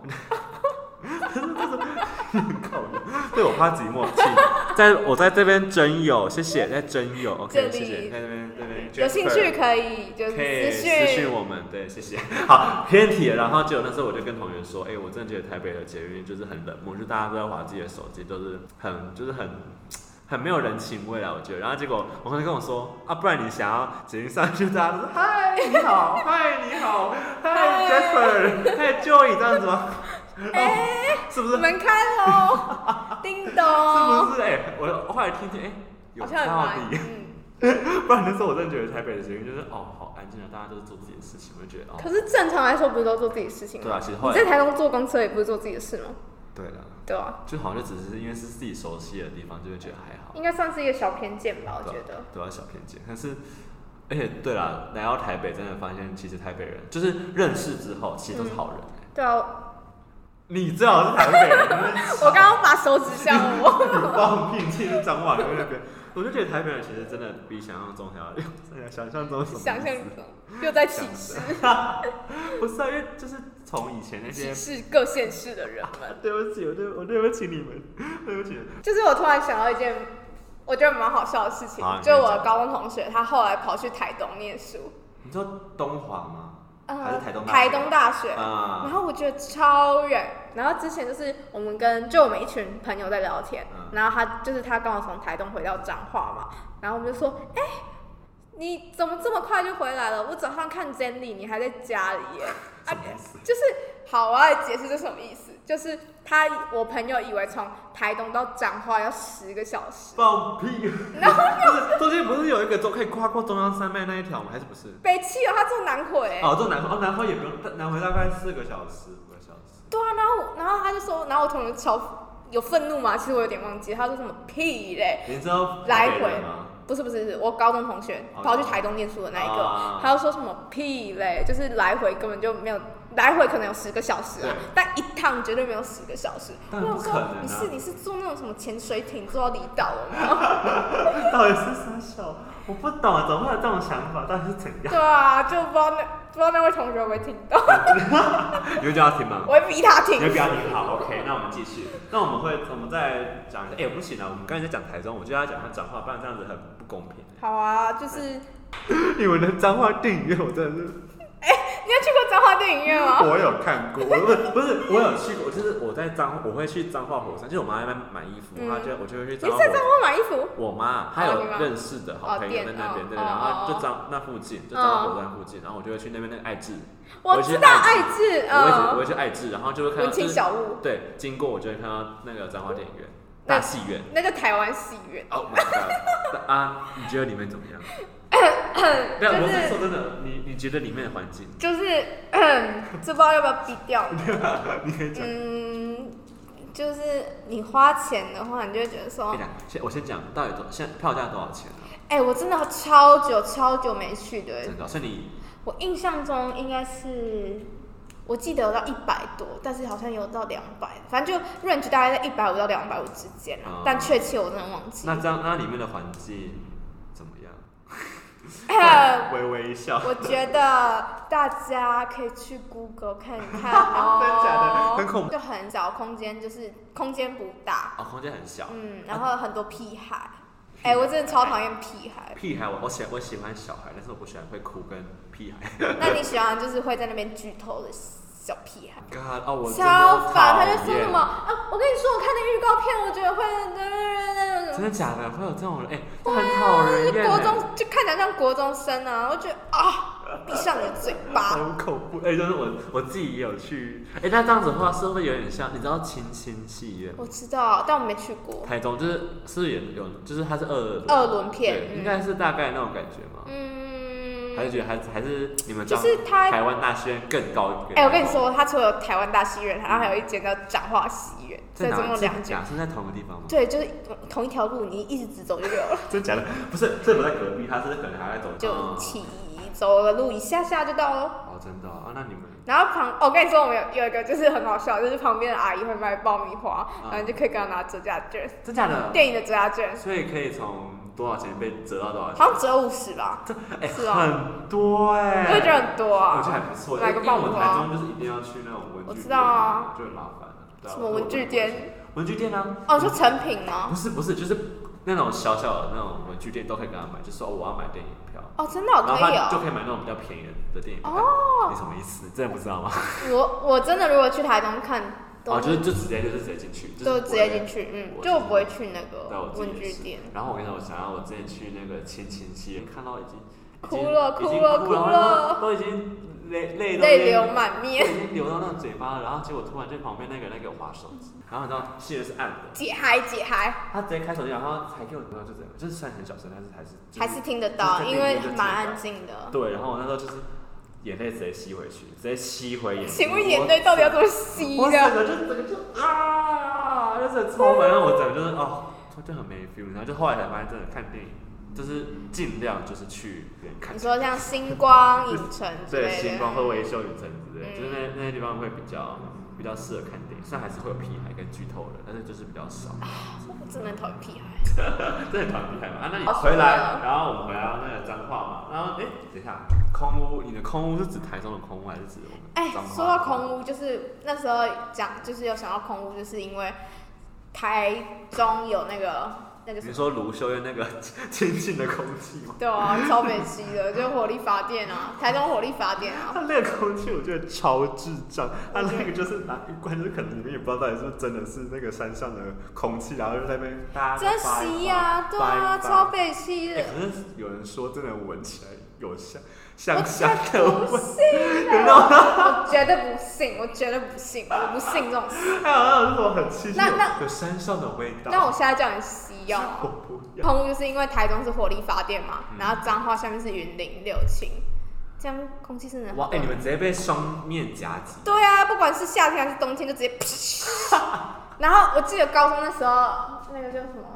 B: 对，我怕寂寞。我在这边征友，谢谢，在征友 ，OK， 谢谢，在这边
A: 有兴趣可以就是
B: 私讯我们，对，谢谢。好，偏题了，然后结果那时候我就跟同学说，我真的觉得台北的捷运就是很冷漠，就大家都在滑自己的手机，都是很没有人情味啊，我觉得。然后结果我同学跟我说不然你想要捷运上去，大家都说嗨你好，嗨你好，嗨 Jasper， 嗨 Joey 这样子吗？是不是？
A: 门开喽，叮咚。
B: 是不是？我后来听，有道理。不然那时候我真的觉得台北的捷运就是好安静啊，大家都是做自己的事情，我就觉得
A: 可是正常来说不是都做自己的事情吗？
B: 对啊，其实后来
A: 你在台东坐公车也不是做自己的事吗？
B: 对啦。
A: 对啊，
B: 就好像就只是因为是自己熟悉的地方，就会觉得还好。
A: 应该算是一个小偏见吧，我觉得。
B: 对啊，小偏见。但是，而且对啦，来到台北真的发现，其实台北人就是认识之后，其实都是好人。
A: 对啊。
B: 你最好是台北人。
A: 我刚刚把手指向我。
B: 你放屁！其实彰化那边，我就觉得台北人其实真的比想象中还要想象中什么？
A: 想象中又在歧视。
B: 不是啊，因为就是从以前那些
A: 歧视各县市的人们。
B: 对不起，我对不起你们，对不起。
A: 就是我突然想到一件我觉得蛮好笑的事情，就我的高中同学，他后来跑去台东念书。
B: 你知道东华吗？还是台东大学？
A: 台东大学。然后我觉得超远。然后之前就是我们一群朋友在聊天，然后他刚好从台东回到彰化嘛，然后我们就说，你怎么这么快就回来了？我早上看 Zenly 你还在家里耶。就是好，我要来解释这什么意思。就是我朋友以为从台东到彰化要10个小时。
B: 放屁！然后中间不是有一个可以跨过中央山脉那一条吗？还是不是？
A: 北七他坐南回。
B: 坐南回，南回也不用，南回大概4个小时、5个小时。
A: 对啊，然后他就说，然后我同学超有愤怒嘛，其实我有点忘记，他说什么屁嘞？
B: 你知道
A: 来回吗？不是，我高中同学跑去台东念书的那一个，他就说什么屁嘞，就是来回根本就没有，来回可能有10个小时啊，但一趟绝对没有10个小时。
B: 但不可能啊！
A: 你是坐那种什么潜水艇坐到离岛了吗？
B: 到底是啥小？ 我不懂啊，怎么会有这种想法？到底是怎样？
A: 对啊，就不知道那位同学会不会听到。
B: 你会叫他听吗？
A: 我会逼他听。
B: 你会逼他听，好 ，OK， 那我们继续。那我们再讲一下，不行啊，我们刚才在讲台中，我就要讲他彰化，不然这样子很不公平。
A: 好啊，就是
B: 你们的彰化电影院，我真的是。
A: 你有去过彰化电影院吗？
B: 我有看过，不是，我有去过，就是我会去彰化火山，就是我妈在那边买衣服，我就会去彰化。
A: 你在彰化买衣服？
B: 我妈她有认识的好朋友在那边，对，然后就那附近，就彰化火山附近，然后我就会去那边那个爱智。
A: 我知道爱智，
B: 我会去爱智，然后就会看到
A: 文青小屋。
B: 对，经过我就会看到那个彰化电影院大戏院，
A: 那个台湾戏院。
B: Oh my god！ 啊，你觉得里面怎么样？对，我是说真的，你觉得里面的环境
A: 就是，这不知道要不要逼掉？
B: 你可以讲。
A: 就是你花钱的话，你就会觉得说，
B: 我先讲到底现在票价多少钱
A: 啊？我真的超久没去的。
B: 真的，所以
A: 我印象中应该是，我记得有到100多，但是好像有到200，反正就 range 大概在150到250之间啦。但确切我真的忘记。
B: 那这样，那里面的环境怎么样？微微一笑。
A: 我觉得大家可以去 Google 看一看哦。
B: 真的假的？很恐怖。
A: 就很小空间，就是空间不大。
B: 空间很小。
A: 然后很多屁孩。我真的超讨厌屁孩。
B: 屁孩，我喜欢小孩，但是我不喜欢会哭跟屁孩。
A: 那你喜欢就是会在那边剧透的小屁孩？
B: God， 我
A: 超烦，他就说什么我跟你说，我看那个预告片，我觉得会。
B: 真的假的？会有这种人？这很讨人厌。
A: 国中就看起来像国中生啊，我觉得闭上你的嘴巴。
B: 好恐怖！就是我自己也有去。那这样子的话，是不是有点像？你知道青青戏院？
A: 我知道，但我没去过。
B: 台中是不是有？就是它是
A: 二轮片，
B: 应该是大概那种感觉吗？还是觉得还是你们
A: 就是
B: 台湾大戏院更高一点？
A: 我跟你说，它除了有台湾大戏院，然后还有一间叫彰化戏院，所以总共2间。
B: 是在同一个地方吗？
A: 对，就是同一条路，你一直直走就有了。
B: 真的假的？不是，这不在隔壁，它是可能还在走。
A: 就走了路一下就到了。
B: 真的啊？那你们？
A: 然后我跟你说，我们有一个就是很好笑，就是旁边的阿姨会卖爆米花，然后你就可以跟她拿折价券。
B: 真假的？
A: 电影的折价券。
B: 所以可以从多少钱被折到多少钱？
A: 好像折50吧。是啊。
B: 很多
A: 我也觉得很多啊。
B: 我觉得还不错。
A: 买个爆米花。
B: 台中就是一定要去那种文具店。
A: 我知道啊。
B: 就很麻烦。
A: 什么文具店？
B: 文具店啊。
A: 说成品吗？
B: 不是，就是那种小小的那种文具店都可以跟他买，就说我要买电影票。
A: 真的可以
B: 就可以买那种比较便宜的电影票。你什么意思？真的不知道吗？
A: 我真的如果去台中看，
B: 就直接进去，
A: 就直接进去，就我不会去那个文具店。
B: 然后我跟你说，我之前去那个青青戏院，看到已经
A: 哭了，
B: 都已经泪
A: 流满面，
B: 已经流到那种嘴巴了。然后结果突然就旁边那个滑手机，然后你知道戏院是暗的，
A: 解嗨，
B: 他直接开手机，然后还给我听到就这样，就是虽然很小声，但是
A: 还是听得到，因为蛮安静的。
B: 对，然后我那时候就是眼泪直接吸回去，直接吸回眼睛。
A: 请问眼泪到底要怎么吸的？
B: 我整个就是超烦，然后我整个就是就很没 feel， 然后就后来才发现，真的看电影就是尽量就是去看。
A: 你说像星光影城之类的，
B: 对，星光或维修影城之类的，就是那些地方会比较适合看电影，虽然还是会有屁孩跟剧透的，但是就是比较少。
A: 我真的很讨厌屁孩。
B: 真的很讨厌屁孩嘛？那你回来，然后我们回到那个彰化嘛，然后等一下，空屋，你的空屋是指台中的空屋还是指我们彰化？
A: 说到空屋，就是那时候就是有想到空屋，就是因为台中有那个。
B: 你说卢秀燕那个清净的空气吗？
A: 对啊，超北西的，就是火力发电啊，台中火力发电啊。
B: 它那个空气我觉得超智障，它那个就是拿一罐，就是可能你们也不知道到底是不是真的是那个山上的空气，然后就在那边大家
A: 真吸啊，对啊，超北西的。
B: 可是有人说真的闻起来有香香的味，
A: 我绝对不信，我不信这种事。
B: 还有那种很气息，有山上的味道。
A: 那我现在叫你吸药。空屋就是因为台中是火力发电嘛，然后彰化下面是云林六轻，这样空气是很好。
B: 哇，你们直接被双面夹击。
A: 对啊，不管是夏天还是冬天，就直接。然后我记得高中的时候，那个叫什么？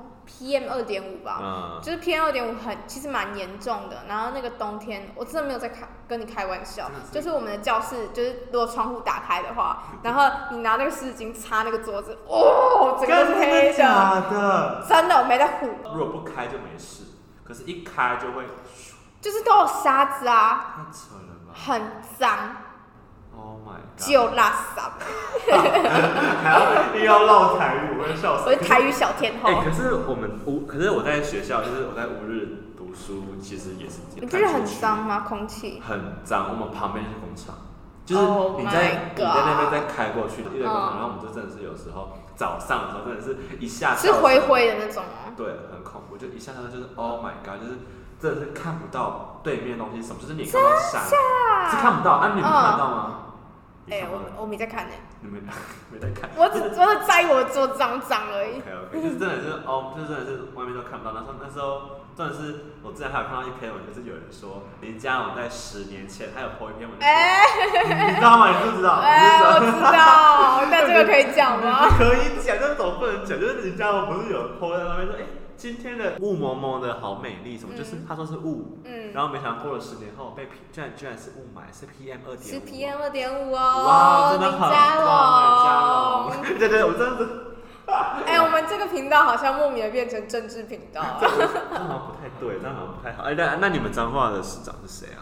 A: PM2.5 吧，就是 PM2.5其实蛮严重的。然后那个冬天，我真的没有在跟你開玩笑，就是我们的教室，就是如果窗户打开的话，然后你拿那个湿巾擦那个桌子，整个是黑的。
B: 假的？
A: 真的，我没在唬。
B: 如果不开就没事， 可是一开就会，
A: 就是都有沙子啊，
B: 太扯了吧，
A: 很脏。
B: Oh my god！
A: 只有垃圾，
B: 还要唠台语，我会笑死。
A: 我是台语小天后。
B: 可是我在学校，就是我在乌日读书，其实也是。
A: 你不是很脏吗？空气
B: 很脏，我们旁边是工厂，就是你在那边再开过去的一堆工厂，然后我们就真的是有时候早上的时候，真的是一下
A: 是灰灰的那种吗？
B: 对，很恐怖，就一下就是 Oh my god， 就是真的是看不到对面的东西是什么，就是你看到山是看不到，你们看得到吗？
A: 我没在看呢。
B: 你们没在看？
A: 我只在意我桌脏脏而已。
B: OK， 就是真的是就是真的是外面都看不到。那时候真的是，我之前还有看到一篇文，就是有人说林佳龙在10年前他有 po 一篇文，你知道吗？你不知道？
A: 我知道，但这个可以讲吗？
B: 可以讲，但是怎么不能讲？就是林佳龙不是有 po 在那边说，今天的雾蒙蒙的好美丽，什么就是他说是雾，然后没想到过了10年后居然是雾霾，是 PM2.5，
A: 是 PM2.5哦，
B: 哇，真的很棒，对，我真的是。
A: 我们这个频道好像莫名的变成政治频道，
B: 这好像不太对，这样好像不太好。那你们彰化的市长是谁啊？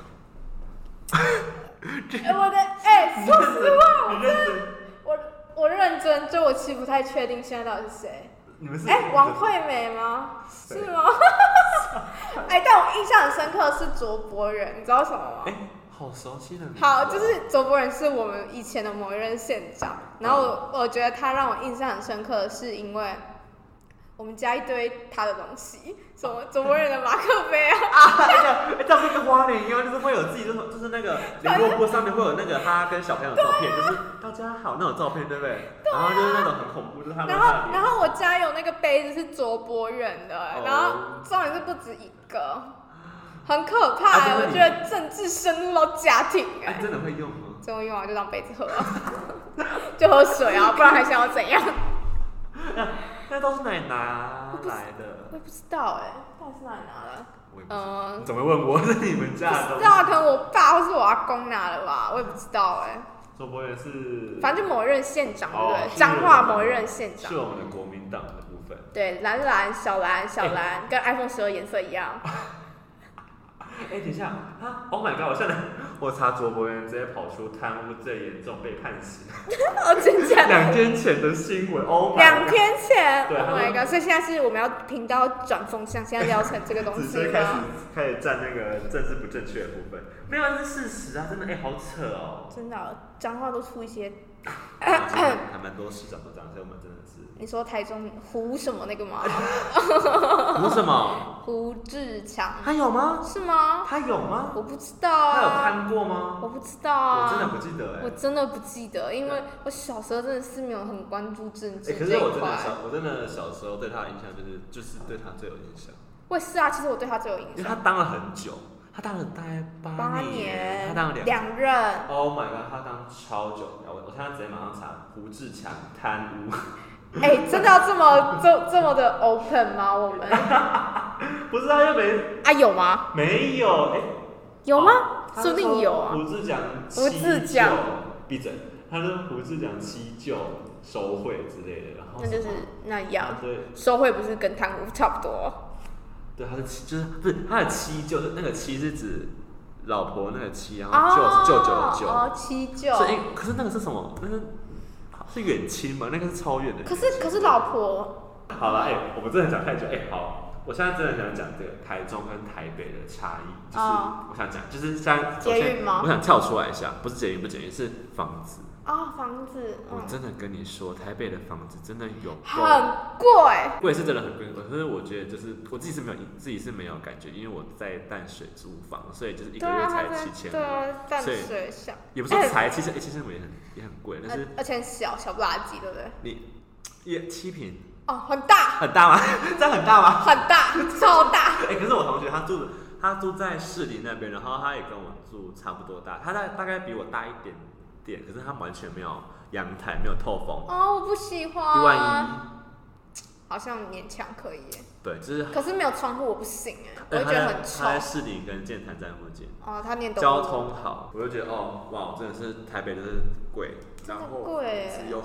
A: 说实话，我认真，就我其实不太确定现在到底是谁。
B: 你们是
A: 王惠美吗？是吗？但我印象很深刻的是卓博仁，你知道什么吗？
B: 好熟悉的名字。
A: 好，就是卓博仁是我们以前的某一任县长，然后我觉得他让我印象很深刻的是因为我们家一堆他的东西，什么卓博仁的马克杯啊，
B: 这样跟花莲一样，就是会有自己就是那个联络簿上面会有那个他跟小朋友的照片，就是大家好那种照片，对不对？然后就是那种很恐怖，就是他们
A: 然后我家有那个杯子是卓博仁的，然后重点是不止一个。很可怕我觉得政治深入到家庭
B: 真的会用吗？
A: 真的用啊，就当杯子喝就喝水啊，不然还想要怎样？
B: 那都是哪里拿来的？
A: 我也不知道到底是哪里拿的？
B: 我也不知道。你怎么问我？是你们家的东西？
A: 不知道，可能我爸或是我阿公拿的吧，我也不知道
B: 卓博仁是，
A: 反正就某一任县长，对不对？彰化某一任县长，
B: 是我们的国民党的部分。
A: 对，蓝小蓝，跟 iPhone 12颜色一样。
B: 等一下，Oh my god！ 我查卓博仁直接跑出贪污最严重被判刑。
A: 真假的？2
B: 天前的新闻，Oh my god！
A: 2天前
B: ，Oh
A: my god！ 所以现在是我们要频道转风向，现在聊成这个东西
B: 吗？开始站那个政治不正确的部分，没有，是事实啊！真的，好扯哦。
A: 真的，彰化都出一些。
B: 还蛮多市长都这样，所以我们真的是。
A: 你说台中胡什么那个吗？
B: 胡什么？
A: 胡志强。
B: 他有吗？
A: 是吗？
B: 他有吗？
A: 我不知道啊。
B: 他有看过吗？
A: 我不知道啊。
B: 我真的不记得
A: 我真的不记得，因为我小时候真的是没有很关注政治这一块。
B: 可是我真的小时候对他的印象就是对他最有印象。
A: 我也是啊，其实我对他最有印象。
B: 因为他当了很久。他当了大概8年，他当了
A: 2任。
B: Oh my god， 他当超久。我现在直接马上查胡志强贪污。
A: 真的要这么的 open 吗？我们
B: 不是又没
A: 有吗？
B: 没有
A: 有吗？说不定有啊。
B: 胡志强闭嘴！他说胡志强七旧收贿之类的，然后
A: 那就是那样。
B: 对，
A: 收贿不是跟贪污差不多？
B: 对，他就是不是他的妻，就是那个妻是指老婆那个妻，然后舅是舅舅的舅。
A: 妻舅。
B: 所以可是那个是什么？那是远亲吗？那个是超远的。
A: 可是老婆。
B: 好了，我们真的讲太久，好，我现在真的想讲这个台中跟台北的差异，就是我想讲，就是像
A: 捷运吗？
B: 我想跳出来一下，不是捷运，是房子。
A: 房子。
B: 我真的跟你说，台北的房子真的有
A: 很贵。
B: 贵是真的很贵，可是我觉得就是我自己是没有感觉，因为我在淡水租房，所以就是一个月才7000。
A: 对啊，淡水小。
B: 也不是才7000，7000也很贵，但是
A: 而且小不拉几，对不对？
B: 你也7坪。
A: 很大。
B: 很大吗？这很大吗？
A: 很大，超大。
B: 可是我同学他住在士林那边，然后他也跟我住差不多大，他大概比我大一点，可是他完全没有阳台，没有透风。
A: 我不喜欢。
B: 11000，
A: 好像勉强可以耶。
B: 对，就是。
A: 可是没有窗户我不行我会觉得很臭。
B: 他在士林跟剑潭站附近。
A: 他念
B: 交通好，我就觉得哇，真的是台北就是贵，然后
A: 贵，
B: 又很。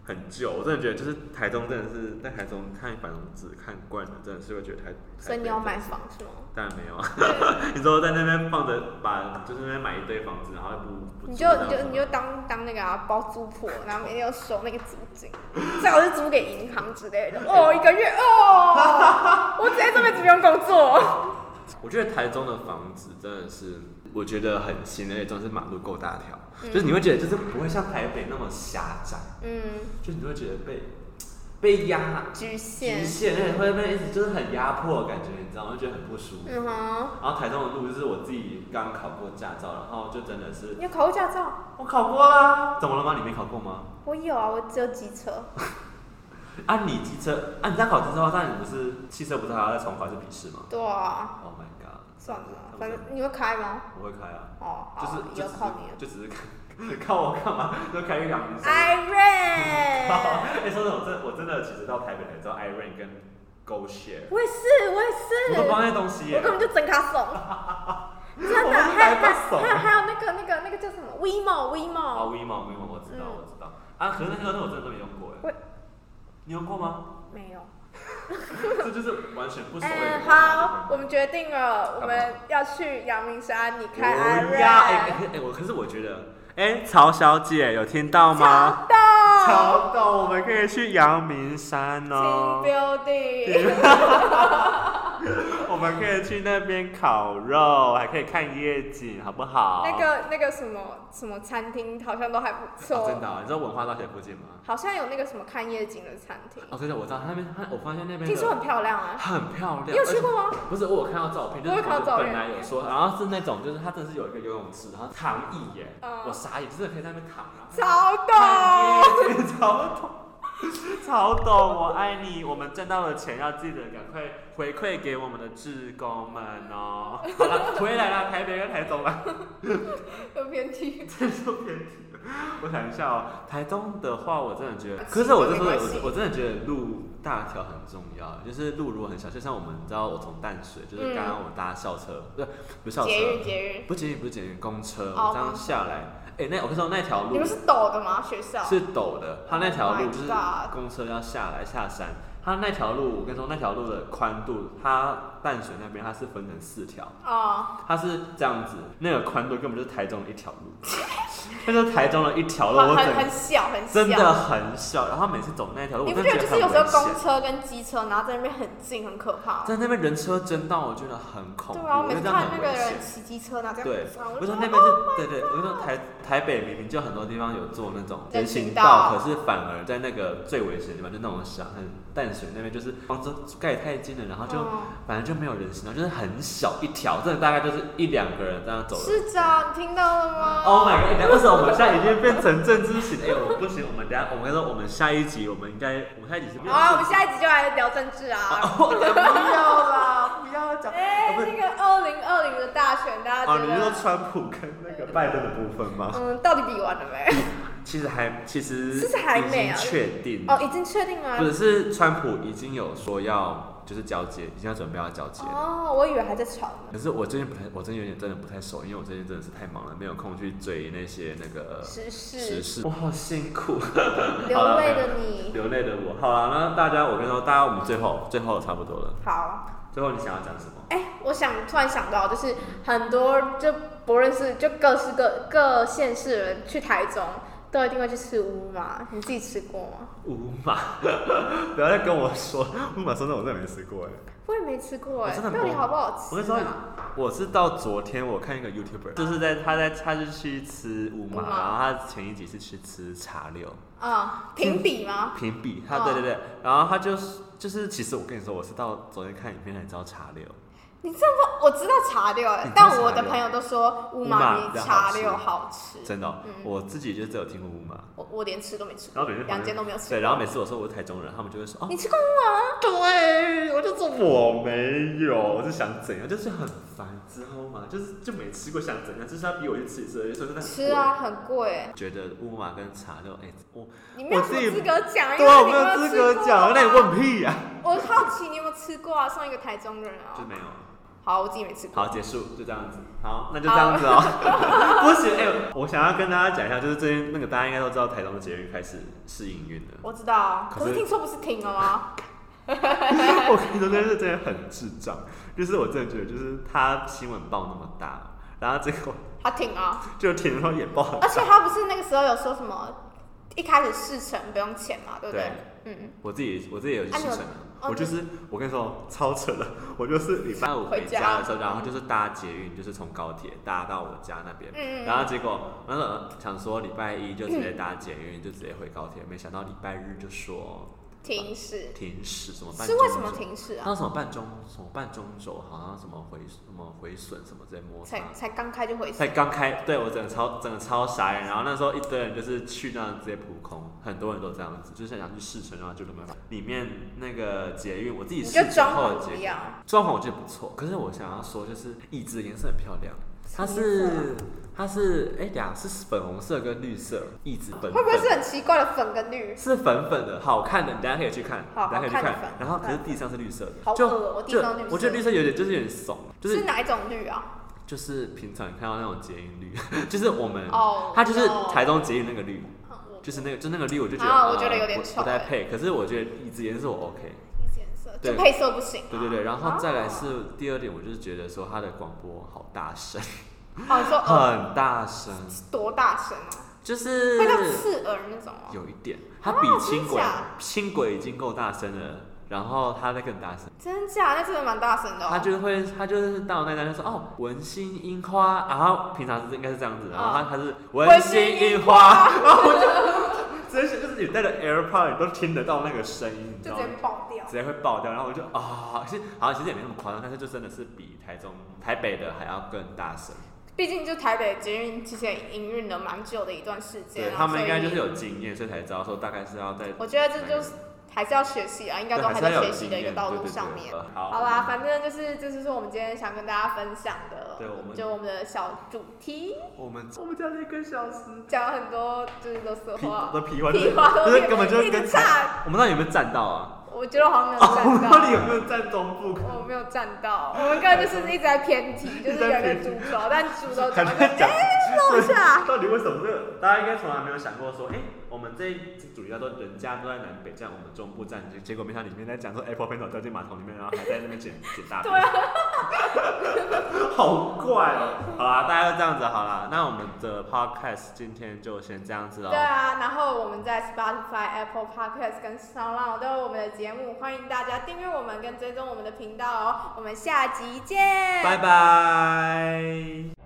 B: 很旧，我真的觉得就是台中真的是在台中看房子看惯了，真的是会觉得台。
A: 所以你要买房是吗？
B: 当然没有啊！你说在那边放着，就是那边买一堆房子，然后不
A: 你就当那个包租婆，然后每天要收那个租金，最好是租给银行之类的。1个月我直接这辈子不用工作。
B: 我觉得台中的房子真的是，我觉得很新的那种，是马路够大条，就是你会觉得就是不会像台北那么狭窄，就是你会觉得被压
A: 局限，
B: 而且会被一直就是很压迫的感觉，你知道吗？就觉得很不舒服。然后台中的路就是我自己刚考过驾照，然后就真的是。
A: 你有考过驾照？
B: 我考过啦。怎么了吗？你没考过吗？
A: 我有啊，我只有机车。
B: 你机车你在考机车的话，但你不是汽车不是还要再重考一次笔试吗？
A: 对啊。
B: Oh my god。
A: 算了，反正你会开吗？
B: 我会开啊。
A: 好，就靠你了。
B: 就只是靠我干嘛？就开一辆。
A: Iron。
B: 说真的，我真的其实到台北才知道 Iron 跟 GoShare。
A: 我也是。
B: 我都不知道那东西耶。
A: 我根本就整卡怂。真的，还有那个叫什么 WeMo。
B: WeMo 我知道。可是那个我真的都没用过哎。你用过吗？
A: 没有。
B: 这就是完全不熟的。
A: 好，我们决定了，我们要去阳明山，你开
B: Iron。可是我觉得，曹小姐有听到吗？超到，我们可以去阳明山哦。
A: Team building。
B: 我们可以去那边烤肉，还可以看夜景，好不好？
A: 那个什么餐厅好像都还不错。
B: 真的你知道文化大学附近吗？
A: 好像有那个什么看夜景的餐厅。
B: 对，我知道那边，我发现那边
A: 听说很漂亮啊。
B: 很漂亮。
A: 你有去过吗？
B: 不是，我有看到照片，就是本来有说，然后是那种就是它真的是有一个游泳池，然后躺椅耶，我傻眼，就是可以在那边躺啊。超懂，我爱你。我们挣到的钱要记得赶快回馈给我们的志工们哦。好了，回来了，台北跟台中了。
A: 又偏题。
B: 真是偏题。我想一下哦，台中的话，我真的觉得，可是我真的觉得路大条很重要。就是路如果很小，就像我们知道，我从淡水，就是刚刚我搭校车，不是校车，不是捷运，公车，我这样下来。我跟你说那条路，
A: 你们是陡的吗？学校
B: 是陡的，它那条路就是公车要下山，它那条路，我跟你说那条路的宽度，它淡水那边它是分成4条，它是这样子，那个宽度根本就是台中的一条路，那就是台中的一条路，
A: 很小，
B: 真的很小，然后每次走那条路，
A: 你不觉得就是有时候公车跟机车，然后在那边很近，很可怕？
B: 在那边人车争道，我觉得很恐怖。
A: 对啊，我每次看那个人骑机车，然后这样
B: 对，我说那边是，对，我说台北明明就很多地方有做那种人行道，可是反而在那个最危险的地方，就那种淡水那边就是房子盖太近了，然后就反正就没有人行道，就是很小一条，真的大概就是1-2个人这样走。
A: 市长，你听到了吗
B: ？Oh my god！ 为什么我们现在已经变成政治型？我不行，我们等下，我们下一集，我们下一集是。
A: 我们下一集就来聊政治啊！
B: 不要啦，不要讲。
A: 那个2020的大选，大家觉得？
B: 你是说川普跟那个拜登的部分吗？
A: 到底比完了没？
B: 其实
A: 还没啊，
B: 确定
A: 已经确定了。
B: 不是川普已经有说要就是交接，已经要准备要交接了。
A: 我以为还在吵呢。
B: 可是我最近我真的有点真的不太熟，因为我最近真的是太忙了，没有空去追那些那个时事。我好辛苦，
A: 流泪的你，
B: 流泪的我。好了，那大家我跟你说，我们最后差不多了。
A: 好。
B: 最后你想要讲什么？
A: 我突然想到，就是很多就不认识，就各县市的人去台中，都一定会去吃乌马。你自己吃过吗？
B: 乌马，不要再跟我说乌马，说真的我真的没吃过
A: 我也没吃过到底好不好吃？
B: 我跟你说，我是到昨天我看一个 YouTuber， 就是他是去吃乌马，然后他前一集是去吃茶六。
A: 评比吗？
B: 评比，对，然后他就是其实我跟你说，我是到昨天看影片才知道茶六。
A: 你知道吗？我知道茶六，但我的朋友都说乌马比茶六好吃。
B: 真的，我自己就只有听过乌马，
A: 我连吃都没吃过，2间都没有吃过。
B: 对，然后每次我说我是台中人，他们就会说
A: 你吃过乌马？
B: 对，我就说我没有，我是想怎样，就是很烦，知道吗？就没吃过想怎样，就是要逼我去吃一次，所以真的
A: 吃啊，很贵。
B: 觉得乌马跟茶六，
A: 你没有什么资格讲，
B: 对啊，我没有资格讲，那你问屁啊！
A: 我好奇你有没有吃过啊？上一个台中人啊，
B: 就没有。
A: 好，我自己没吃过。
B: 好，结束，就这样子。好，那就这样子哦。不行，我想要跟大家讲一下，就是最近那个大家应该都知道，台中捷运开始试营运了。
A: 我知道，可是听说不是停了吗？
B: 我跟你说，真的很智障，就是我真的觉得，就是他新闻报那么大，然后结果
A: 他停啊，
B: 就停了也报很大，
A: 而且他不是那个时候有说什么？一开始试乘不用钱嘛，对不对？
B: 嗯，我自己也有去试乘我就是我跟你说超扯的，我就是礼拜五回家的时候，然后就是搭捷运，就是从高铁搭到我家那边，然后结果那时候想说礼拜一就直接搭捷运，就直接回高铁，没想到礼拜日就说
A: 停驶什
B: 么半
A: 是为什么停驶啊？
B: 那什么半中轴，好像什么毁损什么之类摩擦，
A: 才刚开就毁损，
B: 才刚开，对我整个超傻眼。然后那时候一堆人就是去那直接扑空，很多人都这样子，就是想去试乘，然后就没办法。里面那个捷运，我自己试乘后的捷运，装潢我觉得不错，可是我想要说就是椅子的颜色很漂亮，它是是粉红色跟绿色，椅子粉。
A: 会不会是很奇怪的粉跟绿？
B: 是粉粉的，好看的，你等下可以去看，
A: 大家
B: 可以去看。然后可是地上是绿色的，
A: 好恶，我地上绿色。
B: 我觉得绿色有点怂，
A: 是哪一种绿啊？
B: 就是平常看到那种捷运绿，就是我们，它就是台中捷运那个绿，就是那个绿，我就觉得
A: 我觉得有点丑，
B: 不太配。可是我觉得椅子颜色我 OK，
A: 椅子颜色就配色不行。
B: 对，然后再来是第二点，我就是觉得说它的广播好大声。
A: 你说
B: 很大声，
A: 多大声啊？
B: 就是
A: 会到刺耳那种哦。
B: 有一点，它比轻轨已经够大声了，然后它再更大声。
A: 真假？那真的蛮大声的哦。
B: 他就是到那就说文心樱花，然后平常应该是这样子，然后他是文心樱花，然后我就真是就是你戴着 AirPod 你都听得到那个声音，
A: 就直接爆掉，
B: 直接会爆掉，然后我就其实也没那么夸张，但是就真的是比台北的还要更大声。
A: 毕竟就台北捷运其实也营运了蛮久的一段时间，
B: 对他们应该就是有经验，所以才知道说大概是要在。
A: 我觉得这就是还是要学习啊，应该都还在学习的一个道路上面。好啦，反正就是我们今天想跟大家分享的，我们的小主题。我们讲了1个小时，讲了很多就是都是话，
B: 屁话，就是根本就是跟我们到底有没有站到啊？
A: 我觉得好像没有站到。
B: 你有没有站中部？
A: 我没有站到，我们刚才就是一直在偏题，就是有人主轴，但主轴讲漏下。
B: 到底为什么这个？大家应该从来没有想过说，我们这主题叫做人家都在南北站，我们中部站，结果没想到里面在讲说 Apple Pencil 掉进马桶里面，然后还在那边捡大便。
A: 对啊。
B: 好怪哦！好啦，大家就这样子好啦。那我们的 podcast 今天就先这样子哦。
A: 对啊，然后我们在 Spotify、Apple Podcast 跟 SoundOn 都有我们的节目，欢迎大家订阅我们跟追踪我们的频道哦。我们下集见，
B: 拜拜。